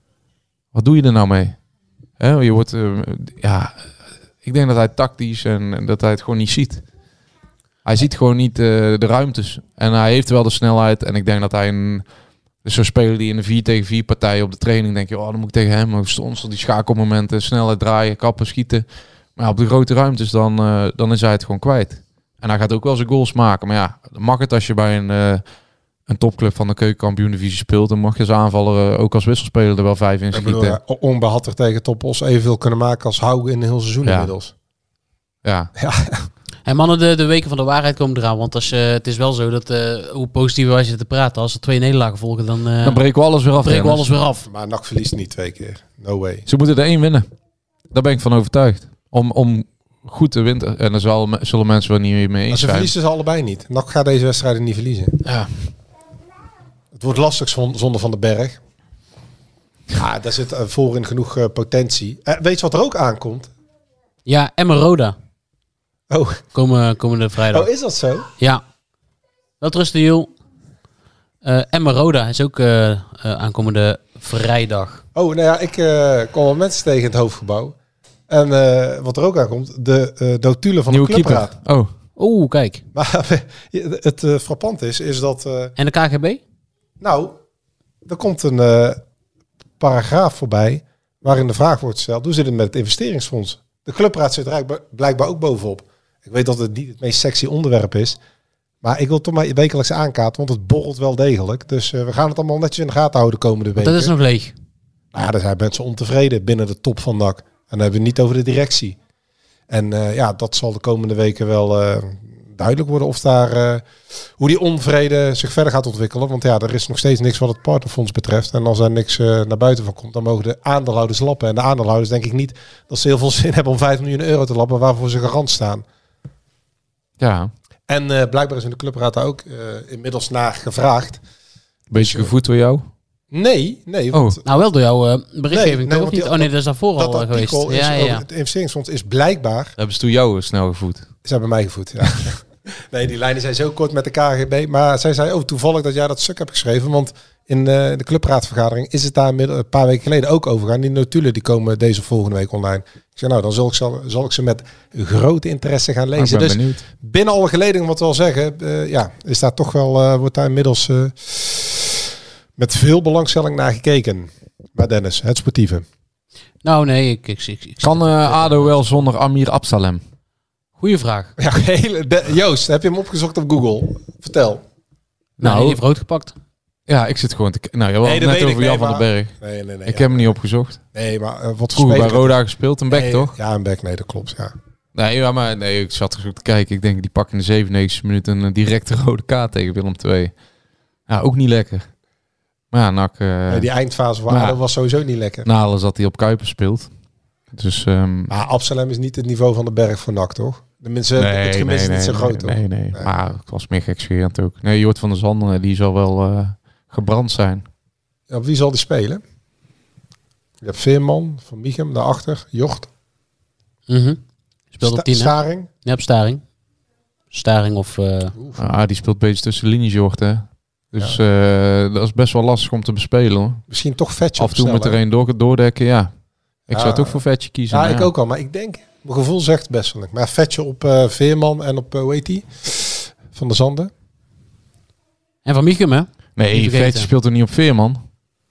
wat doe je er nou mee? Hè, je wordt... Uh, ja, ik denk dat hij tactisch en, en dat hij het gewoon niet ziet. Hij ziet gewoon niet uh, de ruimtes. En hij heeft wel de snelheid. En ik denk dat hij een... Dus zo'n speler die in een vier tegen vier partij op de training denk je, oh, dan moet ik tegen hem ook soms die schakelmomenten, snelheid draaien, kappen, schieten. Maar ja, op de grote ruimtes dan, uh, dan is hij het gewoon kwijt. En hij gaat ook wel zijn goals maken. Maar ja, dan mag het als je bij een, uh, een topclub van de keukenkampioen-divisie speelt, dan mag je als aanvaller uh, ook als wisselspeler er wel vijf in Ik schieten. bedoel, ja, Onkba had er tegen Topos evenveel kunnen maken als Hauge in een heel seizoen Ja. inmiddels. Ja. Ja. En mannen, de, de weken van de waarheid komen eraan. Want als, uh, het is wel zo dat, uh, hoe positief wij zitten te praten, als er twee nederlagen volgen, dan, uh, Dan breken we alles weer af. breken we Dennis. alles weer af. Maar N A C verliest niet twee keer. No way. Ze moeten er één winnen. Daar ben ik van overtuigd. Om, om goed te winnen. En daar zal, zullen mensen wel niet mee Maar eens ze zijn. verliezen ze allebei niet. N A C gaat deze wedstrijden niet verliezen. Ja. Het wordt lastig zon- zonder Van den Berg. Ja, daar zit uh, voorin genoeg uh, potentie. Uh, weet je wat er ook aankomt? Ja, Emma Roda. Oh. Komen, komende vrijdag. Oh, is dat zo? Ja. Wel rusten, Jules. Uh, Emma Roda is ook uh, uh, aankomende vrijdag. Oh, nou ja, ik uh, kom wel mensen tegen in het hoofdgebouw. En uh, wat er ook aankomt, de uh, notulen van Nieuwe de clubraad. keeper. Oh. Oeh, kijk. Maar het uh, frappant is, is dat... Uh, en de K G B? Nou, er komt een uh, paragraaf voorbij waarin de vraag wordt gesteld, hoe zit het met het investeringsfonds? De clubraad zit er blijkbaar ook bovenop. Ik weet dat het niet het meest sexy onderwerp is, maar ik wil toch maar wekelijks aankaarten, want het borrelt wel degelijk. Dus uh, we gaan het allemaal netjes in de gaten houden de komende weken. Dat is nog leeg. Nou ja, er zijn mensen ontevreden binnen de top van N A C. En dan hebben we het niet over de directie. En uh, ja, dat zal de komende weken wel uh, duidelijk worden of daar uh, hoe die onvrede zich verder gaat ontwikkelen. Want ja, er is nog steeds niks wat het partnerfonds betreft. En als er niks uh, naar buiten van komt, dan mogen de aandeelhouders lappen. En de aandeelhouders denk ik niet dat ze heel veel zin hebben om vijf miljoen euro te lappen waarvoor ze garant staan. Ja. En uh, blijkbaar is in de clubraad daar ook uh, inmiddels naar gevraagd. Beetje gevoed door jou? Nee, nee. Oh. Want, nou, wel door jouw uh, berichtgeving. Nee, nee, toch? Of niet? die, oh nee, dat is daarvoor dat al geweest. Is ja, ja, ja. Het investeringsfonds is blijkbaar... Hebben ze toen jou snel gevoed? Ze hebben mij gevoed, ja. Nee, die lijnen zijn zo kort met de K G B. Maar zij zei, oh, toevallig dat jij dat stuk hebt geschreven. Want in uh, de clubraadvergadering is het daar een paar weken geleden ook over gegaan. Die notulen die komen deze volgende week online. Ik zei, nou, dan zal ik, zal, zal ik ze met grote interesse gaan lezen. Ik ben dus benieuwd. binnen alle geledingen, wat we al zeggen, uh, ja, is daar toch wel, uh, wordt daar inmiddels uh, met veel belangstelling naar gekeken. Maar Dennis, het sportieve. Nou nee, ik, ik, ik, ik Kan uh, A D O wel zonder Amir Absalem? Goeie vraag. Ja, hele, de, Joost, heb je hem opgezocht op Google? Vertel. Nou, die heeft rood gepakt. Ja, ik zit gewoon te... k- Nou, je had Nee, het dat net weet over ik, Jan nee, van den maar- Berg. Nee, nee, nee. Ik ja. heb hem niet opgezocht. Nee, maar uh, wat Vroeger bij speler- Roda gespeeld, een back Nee, toch? Ja, een back. Nee, dat klopt, ja. Nee, ja, maar nee, ik zat er zo te kijken. Ik denk, die pakken in de zevenennegentigste minuut een uh, directe rode kaart tegen Willem twee. Ja, ook niet lekker. Maar ja, N A C... Uh, Nee, die eindfase van maar- Adem was sowieso niet lekker. na alles dat hij op Kuipers speelt. Dus... Um, Maar Absalem is niet het niveau van de Berg voor N A C, toch? De mensen, het gemis is niet zo groot, nee, toch? nee, nee. Nee. Maar het was meer gekscherend ook. Nee, Jort van der Zanden, die zal wel uh, gebrand zijn. Ja, wie zal die spelen? Je hebt Veerman, Van Michum, daarachter, Jocht, Mhm. Speelt op Sta- tien, hè? Staring. Ja, op Staring. Staring of... Uh... Ah, die speelt een beetje tussen de linies, Jort, hè. Dus ja. uh, dat is best wel lastig om te bespelen, hoor. Misschien toch Vetje Af en toe op moet er snel, een door, doordekken, ja. Ik Ja. zou toch voor Vetje kiezen. Ja, maar ik ook al. Maar ik denk, mijn gevoel zegt best wel. Maar Vetje op uh, Veerman en op, uh, hoe heet die? Van der Zanden. En Van Michum, hè? Niet Nee, vergeten. Vetje speelt er niet op Veerman.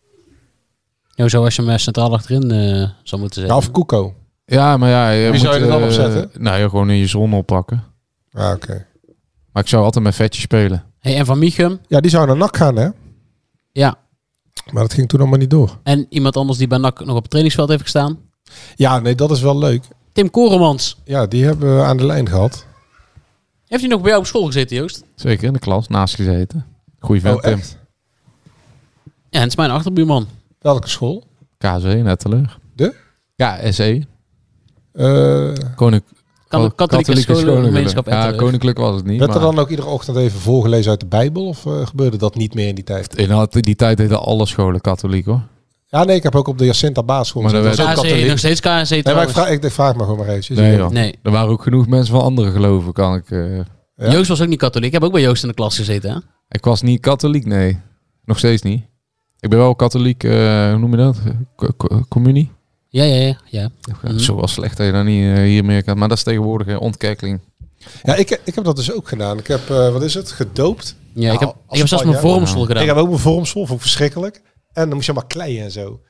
Ja, zo als je hem centraal achterin uh, zou moeten zetten. Ja, of Koeko. Ja, maar ja... Je Wie moet, zou je er dan uh, op zetten? Nou, ja, gewoon in je zon oppakken. Ja, oké. Okay. Maar ik zou altijd met Vetje spelen. Hey, en Van Michum? Ja, die zou naar N A C gaan, hè? Ja. Maar dat ging toen allemaal niet door. En iemand anders die bij N A C nog op het trainingsveld heeft gestaan? Ja, nee, dat is wel leuk. Tim Koremans. Ja, die hebben we aan de lijn gehad. Heeft hij nog bij jou op school gezeten, Joost? Zeker, in de klas, naast gezeten. Goeie vent, Oh, Tim. echt? Ja, en het is mijn achterbuurman. Welke school? K Z, net teleur. De? Ja, S E. Uh, Koning... Kan, katholieke scholengemeenschap. Ja, koninklijk was het niet. Werd er maar... dan ook iedere ochtend even voorgelezen uit de Bijbel? Of uh, gebeurde dat niet meer in die tijd? In die tijd deden alle scholen katholiek, hoor. Ja, nee, ik heb ook op de Jacinta basisschool. Maar dat werd... was ook K Z, katholiek. nog steeds K Z. Nee, maar ik vraag, ik vraag maar gewoon maar even. Nee, joh. Nee. Er waren ook genoeg mensen van andere geloven, kan ik... Uh... Ja? Joost was ook niet katholiek. Ik heb ook bij Joost in de klas gezeten, hè? Ik was niet katholiek, nee. Nog steeds niet. Ik ben wel katholiek, uh, hoe noem je dat? Co- co- communie? Ja, ja, ja. ja. Mm-hmm. Zo was slecht dat je dat niet uh, hier meer kan. Maar dat is tegenwoordig uh, ontkerkeling. Ja, ik, ik heb dat dus ook gedaan. Ik heb, uh, wat is het, gedoopt. Ja, nou, ik heb, ik heb zelfs mijn vormschool gedaan. Ik heb ook mijn vormschool, vond ik verschrikkelijk. En dan moest je maar kleien en zo.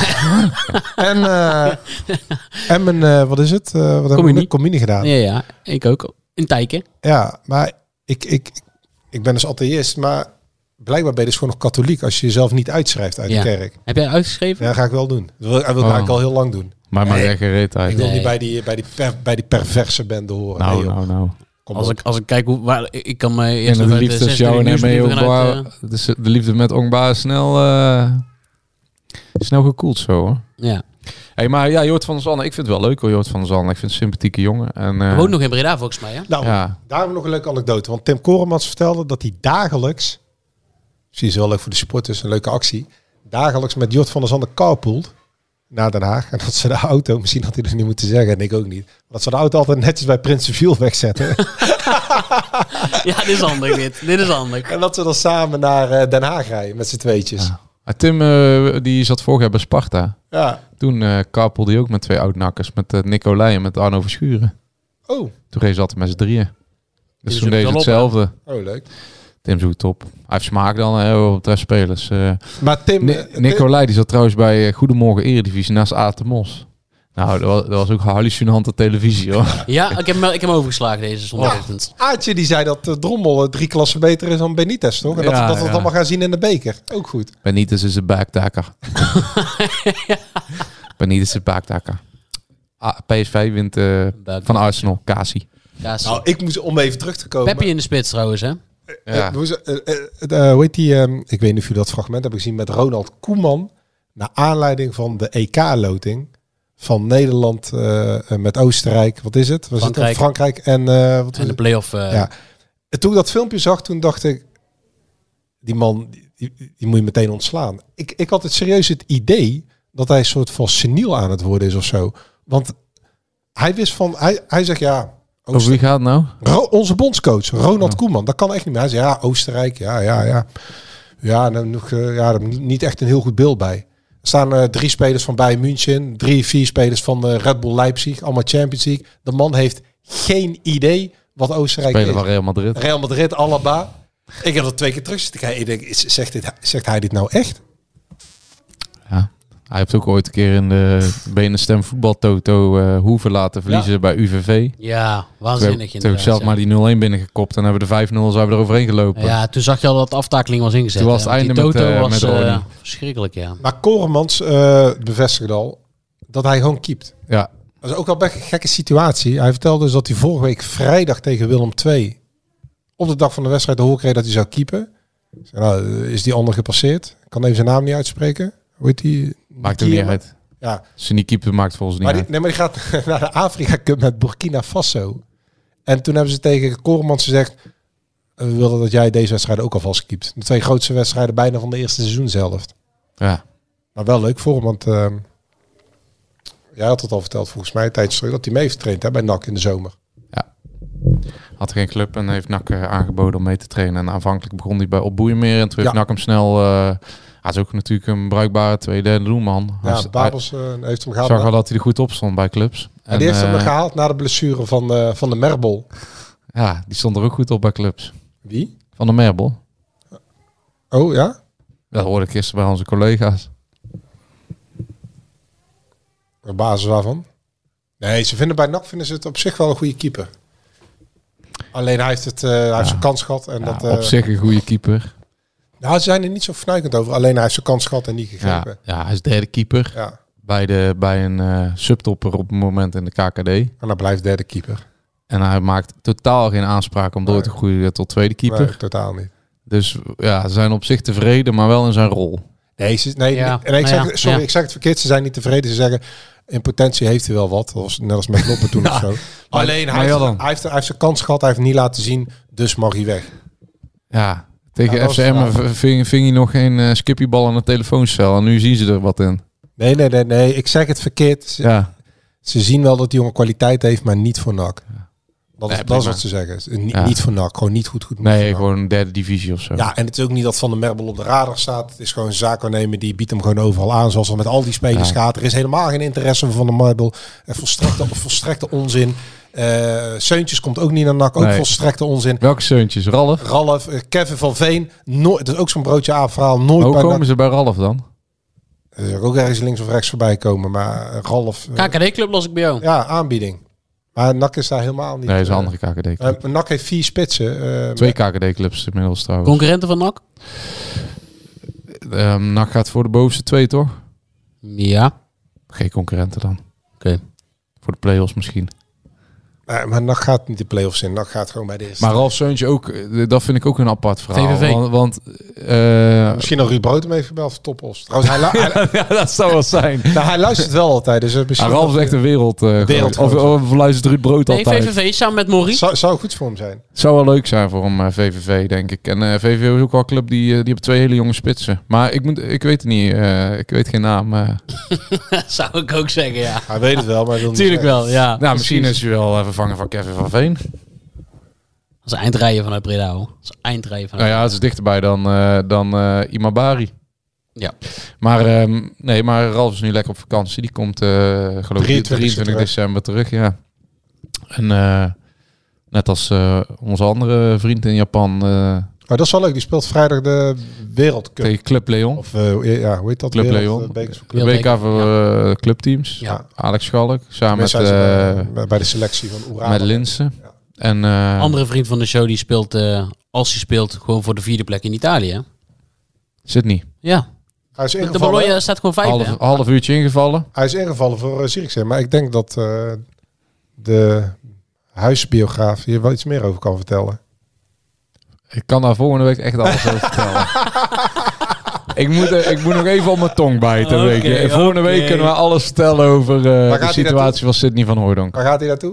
en, uh, en mijn, uh, wat is het? Uh, wat heb ik communie gedaan. Ja, ja, ik ook. In Tijken. Ja, maar ik, ik, ik ben dus atheïst, maar blijkbaar ben je dus gewoon nog katholiek als je jezelf niet uitschrijft uit ja. de kerk. Heb jij uitgeschreven? Ja, ga ik wel doen. Dat wil, dat wil ik oh. eigenlijk al heel lang doen. Maar maar nee, echt gereed uit. Ik wil nee. niet bij die, bij, die per, bij die perverse bende horen. Nou, nee, nou, nou. Als ik, als ik kijk hoe... Waar, ik kan me eerst en nog de uit liefde de tussen jou en M E Ongba, uh, dus de liefde met Ongba is snel, uh, snel gekoeld zo, hoor. Ja. Hey, maar ja, Jort van der Zanden, ik vind het wel leuk hoor, Jort van der Zanden. Ik vind het een sympathieke jongen. En, uh, Hij woont nog in Breda volgens mij, hè? Nou, ja. daar hebben we nog een leuke anekdote. Want Tim Koremans vertelde dat hij dagelijks, misschien is het wel leuk voor de supporters, een leuke actie, dagelijks met Jort van der Zanden carpoolt naar Den Haag. En dat ze de auto, misschien had hij dat niet moeten zeggen, en ik ook niet, maar dat ze de auto altijd netjes bij Prinsenviel wegzetten. Ja, dit is handig dit. Dit is handig. En dat ze dan samen naar uh, Den Haag rijden met z'n tweetjes. Ja. Tim, uh, die zat vorig jaar bij Sparta. Ja. Toen uh, carpoolde hij ook met twee oud-nakkers, met uh, Nicolai en met Arno Verschuren. Oh. Toen reed ze altijd met z'n drieën. Dus Die toen deed ze hetzelfde. Op, oh, leuk. Tim zoekt top. Hij heeft smaak dan, hè, op de spelers. Uh, maar Tim... Ni- Nicolai, die zat trouwens bij uh, Goedemorgen Eredivisie naast Aad de Mos. Nou, dat was, dat was ook hallucinante televisie, hoor. Ja, ik heb hem, ik heb hem overgeslagen deze zondagochtend. Ja, Aartje die zei dat uh, Drommel uh, drie klassen beter is dan Benitez, toch? En dat, Ja, dat we het ja. allemaal gaan zien in de beker. Ook goed. Benitez is een backtacker. ja. Benitez is een backtacker. Ah, P S V wint uh, van Arsenal, Kasi. Nou, ik moest om even terug te komen. Peppy in de spits trouwens, hè? Ja. Uh, uh, uh, uh, hoe heet die? Um, ik weet niet of je dat fragment hebt gezien met Ronald Koeman. Naar aanleiding van de E K-loting van Nederland uh, met Oostenrijk. Wat is het? Was Frankrijk. het Frankrijk en uh, wat En de play-off. Uh... Ja. En toen ik dat filmpje zag, toen dacht ik, die man, die, die, die moet je meteen ontslaan. Ik, ik had het serieus het idee dat hij een soort van seniel aan het worden is of zo. Want hij wist van, hij, hij zegt ja. Over wie gaat het nou? Ro- onze bondscoach, Ronald oh. Koeman. Dat kan echt niet meer. Hij zei ja, Oostenrijk, ja, ja, ja. Ja, dan nog, uh, ja, er niet echt een heel goed beeld bij. Er staan uh, drie spelers van Bayern München, drie, vier spelers van de Red Bull Leipzig, allemaal Champions League. De man heeft geen idee wat Oostenrijk Spelen is. van Real Madrid. Real Madrid, Alaba. Ik heb dat twee keer terug zitten kijken. Ik denk, is- zegt, dit, zegt hij dit nou echt? Ja. Hij heeft ook ooit een keer in de Benestem voetbaltoto uh, Hoeven laten verliezen ja. bij U V V. Ja, waanzinnig. Toen heb ik zelf ja. maar die nul een binnengekopt en hebben we de vijf nul zijn we er overheen gelopen. Ja, toen zag je al dat de aftakeling was ingezet. Toen was het einde die met, toto uh, was, met Ronnie. Uh, verschrikkelijk, ja. Maar Koremans uh, bevestigde al dat hij gewoon keept. Ja. Dat is ook wel best een gekke situatie. Hij vertelde dus dat hij vorige week vrijdag tegen Willem twee op de dag van de wedstrijd de hoor kreeg dat hij zou keepen. Nou, is die ander gepasseerd? Ik kan even zijn naam niet uitspreken. Hoe heet die? Maakt er niet uit. Ja. Als je niet keeper maakt volgens niet maar die, Nee, maar die gaat naar de Afrika Cup met Burkina Faso. En toen hebben ze tegen Koremans gezegd, we willen dat jij deze wedstrijd ook alvast keept. De twee grootste wedstrijden bijna van de eerste seizoenshelft. Ja. Maar wel leuk voor hem, want uh, jij had het al verteld volgens mij een tijdje terug dat hij mee heeft getraind hè, bij N A C in de zomer. Ja. Had geen club en heeft N A C uh, aangeboden om mee te trainen. En aanvankelijk begon hij bij op Boeimeer en toen heeft ja. N A C hem snel... Uh, hij is ook natuurlijk een bruikbare tweede doelman. Ja, dus Babels uh, heeft hem gehaald. Zag wel dat hij er goed op stond bij clubs. En, en die heeft uh, hem gehaald na de blessure van, uh, van de Merbel. Ja, die stond er ook goed op bij clubs. Wie? Van de Merbel. Oh, ja? Dat hoorde ik gisteren bij onze collega's. Op basis waarvan? Nee, ze vinden bij N A C vinden ze het op zich wel een goede keeper. Alleen hij heeft, het, uh, hij ja. heeft zijn kans gehad. En ja, dat, uh, op zich een goede keeper. Nou, ze zijn er niet zo fnuikend over. Alleen hij heeft zijn kans gehad en niet gegrepen. Ja, ja hij is derde keeper. Ja. Bij, de, bij een uh, subtopper op het moment in de K K D. En hij blijft derde keeper. En hij maakt totaal geen aanspraak om door nee. te groeien tot tweede keeper. Nee, totaal niet. Dus ja, ze zijn op zich tevreden, maar wel in zijn rol. Nee, ze, nee, ja. nee ik zeg, ja. sorry, ja. ik zeg het verkeerd. Ze zijn niet tevreden. Ze zeggen, in potentie heeft hij wel wat. Dat was net als met Loppen toen ja. of zo. Maar, Alleen, maar hij, ja heeft, hij, heeft, hij heeft zijn kans gehad. Hij heeft niet laten zien, dus mag hij weg. Ja, tegen ja, F C M ving, ving hij nog geen uh, skippybal aan de telefooncel. En nu zien ze er wat in. Nee, nee, nee. nee. Ik zeg het verkeerd. Ze, ja. ze zien wel dat die jongen kwaliteit heeft, maar niet voor N A C. Ja. Dat, is, nee, dat is wat ze zeggen. Niet, ja. niet voor N A C. Gewoon niet goed goed. Nee, gewoon een derde divisie of zo. Ja, en het is ook niet dat Van der Merbel op de radar staat. Het is gewoon een zaakwaarnemer die biedt hem gewoon overal aan. Zoals er met al die spelers ja. gaat. Er is helemaal geen interesse van Van der Merbel. Volstrekte, volstrekte onzin. Uh, Seuntjes komt ook niet naar N A C. Ook nee. volstrekte onzin. Welke Seuntjes? Ralf? Ralf. Uh, Kevin van Veen. No- dat is ook zo'n broodje A-verhaal. Nooit Hoe bij komen N A C. ze bij Ralf dan? Er uh, ook ergens links of rechts voorbij komen. Maar uh, Ralf... Uh, K K D-club los ik bij jou. Ja, aanbieding. Maar N A C is daar helemaal niet... Nee, dat is een andere K K D-club. Uh, N A C heeft vier spitsen. Uh, Twee K K D-clubs inmiddels trouwens. Concurrenten van N A C? Um, N A C gaat voor de bovenste twee, toch? Ja. Geen concurrenten dan. Oké. Okay. Voor de play-offs misschien. Uh, maar N A C gaat niet de play-offs in. N A C gaat gewoon bij de eerste. Maar Ralf Seuntje ook, dat vind ik ook een apart verhaal. V V V. Want, want uh, misschien nog Ruud Brood heeft gebeld voor Topos. Trouwens, hij, lu- hij, ja, dat zou wel zijn. Nou, hij luistert wel altijd. Dus misschien ah, Ralf is echt een wereld. Uh, wereld of, of luistert Ruud Brood nee, altijd. V V V samen met Maurice. Zou, zou goed voor hem zijn. Zou wel leuk zijn voor hem, uh, V V V, denk ik. En uh, V V V is ook wel een club die, uh, die hebben twee hele jonge spitsen. Maar ik, moet, ik weet het niet. Uh, ik weet geen naam. Uh. Zou ik ook zeggen, ja. Hij weet het wel, maar wil tuurlijk wel, ja. Nou, misschien is hij wel uh, vervangen van Kevin van Veen. Dat is eindrijden vanuit Breda, hoor. Dat is eindrijden vanuit Nou ja, het is dichterbij dan, uh, dan uh, Imabari. Ja. Maar um, nee, maar Ralf is nu lekker op vakantie. Die komt uh, geloof ik drieëntwintig december terug, ja. En uh, net als uh, onze andere vriend in Japan. Uh, oh, dat is wel leuk. Die speelt vrijdag de Wereldcup. Tegen Club Leon. Of uh, ja, hoe heet dat? Club Wereld, Leon. Bekers, Club W K voor uh, clubteams. Ja. Alex Schalk. Samen met, uh, bij de selectie van Oeralen. Met Linsen. Ja. En uh, andere vriend van de show die speelt, uh, als hij speelt, gewoon voor de vierde plek in Italië. Sydney. Ja. Hij is de Bologna staat gewoon vijf. Half, half uurtje ingevallen. Hij is ingevallen voor uh, Zierikzee. Maar ik denk dat uh, de huisbiograaf hier wel iets meer over kan vertellen. Ik kan daar volgende week echt alles over vertellen. Ik moet, uh, ik moet nog even op mijn tong bijten. Okay, weet je. Volgende okay. week kunnen we alles vertellen over uh, de situatie van Sydney van Hooijdonk. Waar gaat hij naartoe?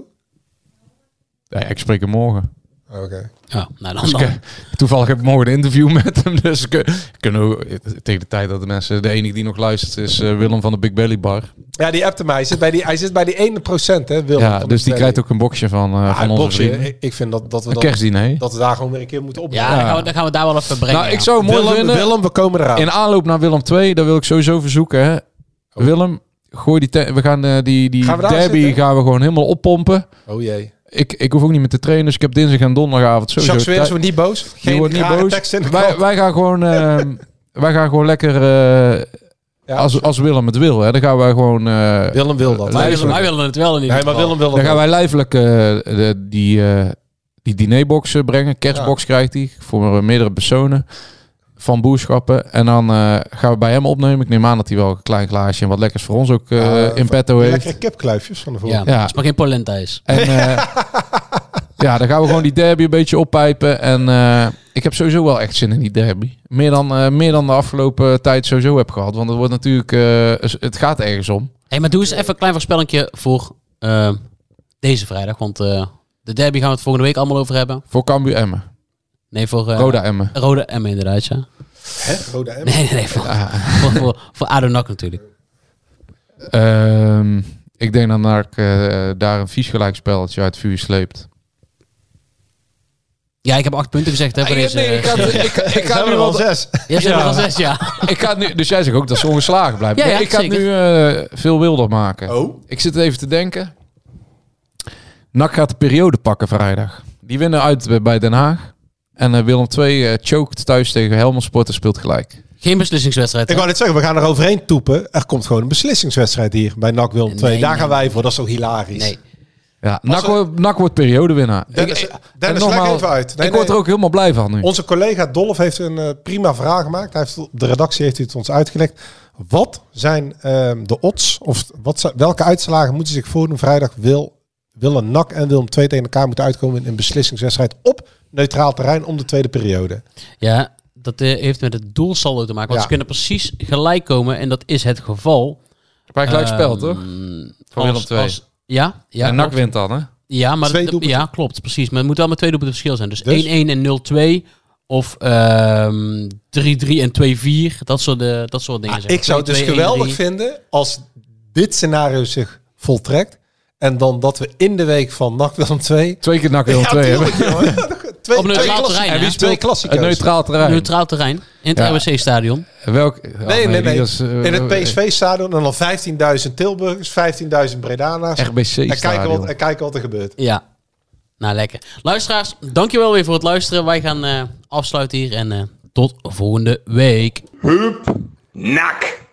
Ja, ik spreek hem morgen. Oké. Okay. Ja, nou dan, dus dan. Ik, toevallig heb ik morgen een interview met hem. Dus kunnen we, tegen de tijd dat de mensen... De enige die nog luistert is uh, Willem van de Big Belly Bar. Ja, die appte mij. Hij zit bij die, hij zit bij die ene procent, hè, Willem. Ja, dus die krijgt ook een boxje van, uh, ah, van onze boxje, vrienden. ik, ik vind dat, dat we een kerstdiner. Dat we daar gewoon weer een keer moeten opnemen. Ja, ja. Dan, gaan we, dan gaan we daar wel even brengen. Nou, ik zou het mooi Willem, vinden. Willem, we komen eraan. In aanloop naar Willem twee, daar wil ik sowieso verzoeken. Hè. Oh. Willem, gooi die... Te- we gaan uh, die, die gaan we derby zitten? gaan we gewoon helemaal oppompen. Oh jee. Ik, ik hoef ook niet meer te trainen, dus ik heb dinsdag en donderdagavond sowieso... Jacques Weers wordt niet boos. Geen wordt niet boos. Tekst in de wij, wij gaan gewoon... Uh, wij gaan gewoon lekker... Uh, Ja. Als, als Willem het wil, hè, dan gaan wij gewoon... Uh, Willem wil dat. Wij willen, wij willen het wel in ieder Nee, maar geval. Willem wil dat Dan gaan ook. wij lijfelijk uh, de, die, uh, die dinerbox brengen. Kerstbox Ja. krijgt hij voor meerdere personen van boerschappen. En dan uh, gaan we bij hem opnemen. Ik neem aan dat hij wel een klein glaasje en wat lekkers voor ons ook uh, Ja, in petto heeft. Lekkere kipkluifjes van de Ja, volgende. Ja. het is maar geen polenta is. En uh, ja, dan gaan we gewoon die derby een beetje oppijpen. En uh, ik heb sowieso wel echt zin in die derby. Meer dan, uh, meer dan de afgelopen tijd sowieso heb gehad. Want het wordt natuurlijk, uh, het gaat ergens om. Hey, maar doe eens even een klein voorspellingje voor uh, deze vrijdag. Want uh, de derby gaan we het volgende week allemaal over hebben. Voor Cambuur Emmen. Nee, voor... Uh, Roda Emmen. Roda Emmen inderdaad, ja. Hè? Rode Emmen? Nee, nee, nee. Voor, voor, voor, voor A D O N A C natuurlijk. Um, ik denk dan dat ik uh, daar een vies gelijkspelletje uit het vuur sleept. Ja, ik heb acht punten gezegd hè, voor deze. Nee, ik, had, ik, ik, ik ga Zijn nu er wel al zes. Ja, ze hebben Ja. er al zes, ja. Ik ga nu, dus jij zegt ook dat ze ongeslagen blijven. Ja, ja, Nee, ik ga het zeker. nu uh, veel wilder maken. Oh. Ik zit even te denken. N A C gaat de periode pakken vrijdag. Die winnen uit bij Den Haag. En uh, Willem twee uh, choked thuis tegen Helmond Sport en speelt gelijk. Geen beslissingswedstrijd. Ik hè? wou net zeggen, we gaan er overheen toepen. Er komt gewoon een beslissingswedstrijd hier bij N A C Willem twee. Nee, Daar nee, gaan wij nee. voor. Dat is toch hilarisch. Nee. Ja, Was N A C, wordt- N A C wordt periodewinnaar. Dennis, Ik- ik- Dennis en leg nogmaals, even uit. Nee, ik word nee. er ook helemaal blij van nu. Onze collega Dolf heeft een uh, prima vraag gemaakt. Hij heeft, de redactie heeft het ons uitgelegd. Wat zijn uh, de odds? Of wat zijn, welke uitslagen moeten zich voordoen vrijdag? Wil, willen N A C en Willem twee tegen elkaar moeten uitkomen in een beslissingswedstrijd op neutraal terrein om de tweede periode? Ja, dat uh, heeft met het doelsaldo te maken. Want Ja. ze kunnen precies gelijk komen. En dat is het geval. Bij gelijk spel, Ehm, toch? Voor als- Willem twee. als- Ja, ja, en N A C klopt. wint dan, hè? Ja, maar Twee dat- doelpunten. ja, klopt, precies. Maar het moet wel met twee doelpunten verschil zijn. Dus, Dus? één-één en nul-twee. Of ehm, drie-drie en twee-vier. Dat soort, uh, dat soort dingen. Ah, zeg maar. ik zou het dus twee-twee, geweldig één-drie. vinden als dit scenario zich voltrekt. En dan dat we in de week van N A C Willem twee... Twee keer N A C Willem Ja, twee hebben. tuurlijk, joh. Twee, Op neutraal twee klassi- terrein, En wie hè? speelt twee Een klassico's? neutraal terrein. Neutraal terrein. In het Ja. R W C-stadion. Welk? Nee, nee, nee. die is, uh, In het P S V-stadion en dan vijftienduizend Tilburgers, vijftienduizend Bredana's. R B C En kijken, stadion. wat, en kijken wat er gebeurt. Ja. Nou, lekker. Luisteraars, dankjewel weer voor het luisteren. Wij gaan uh, afsluiten hier en uh, tot volgende week. Nak.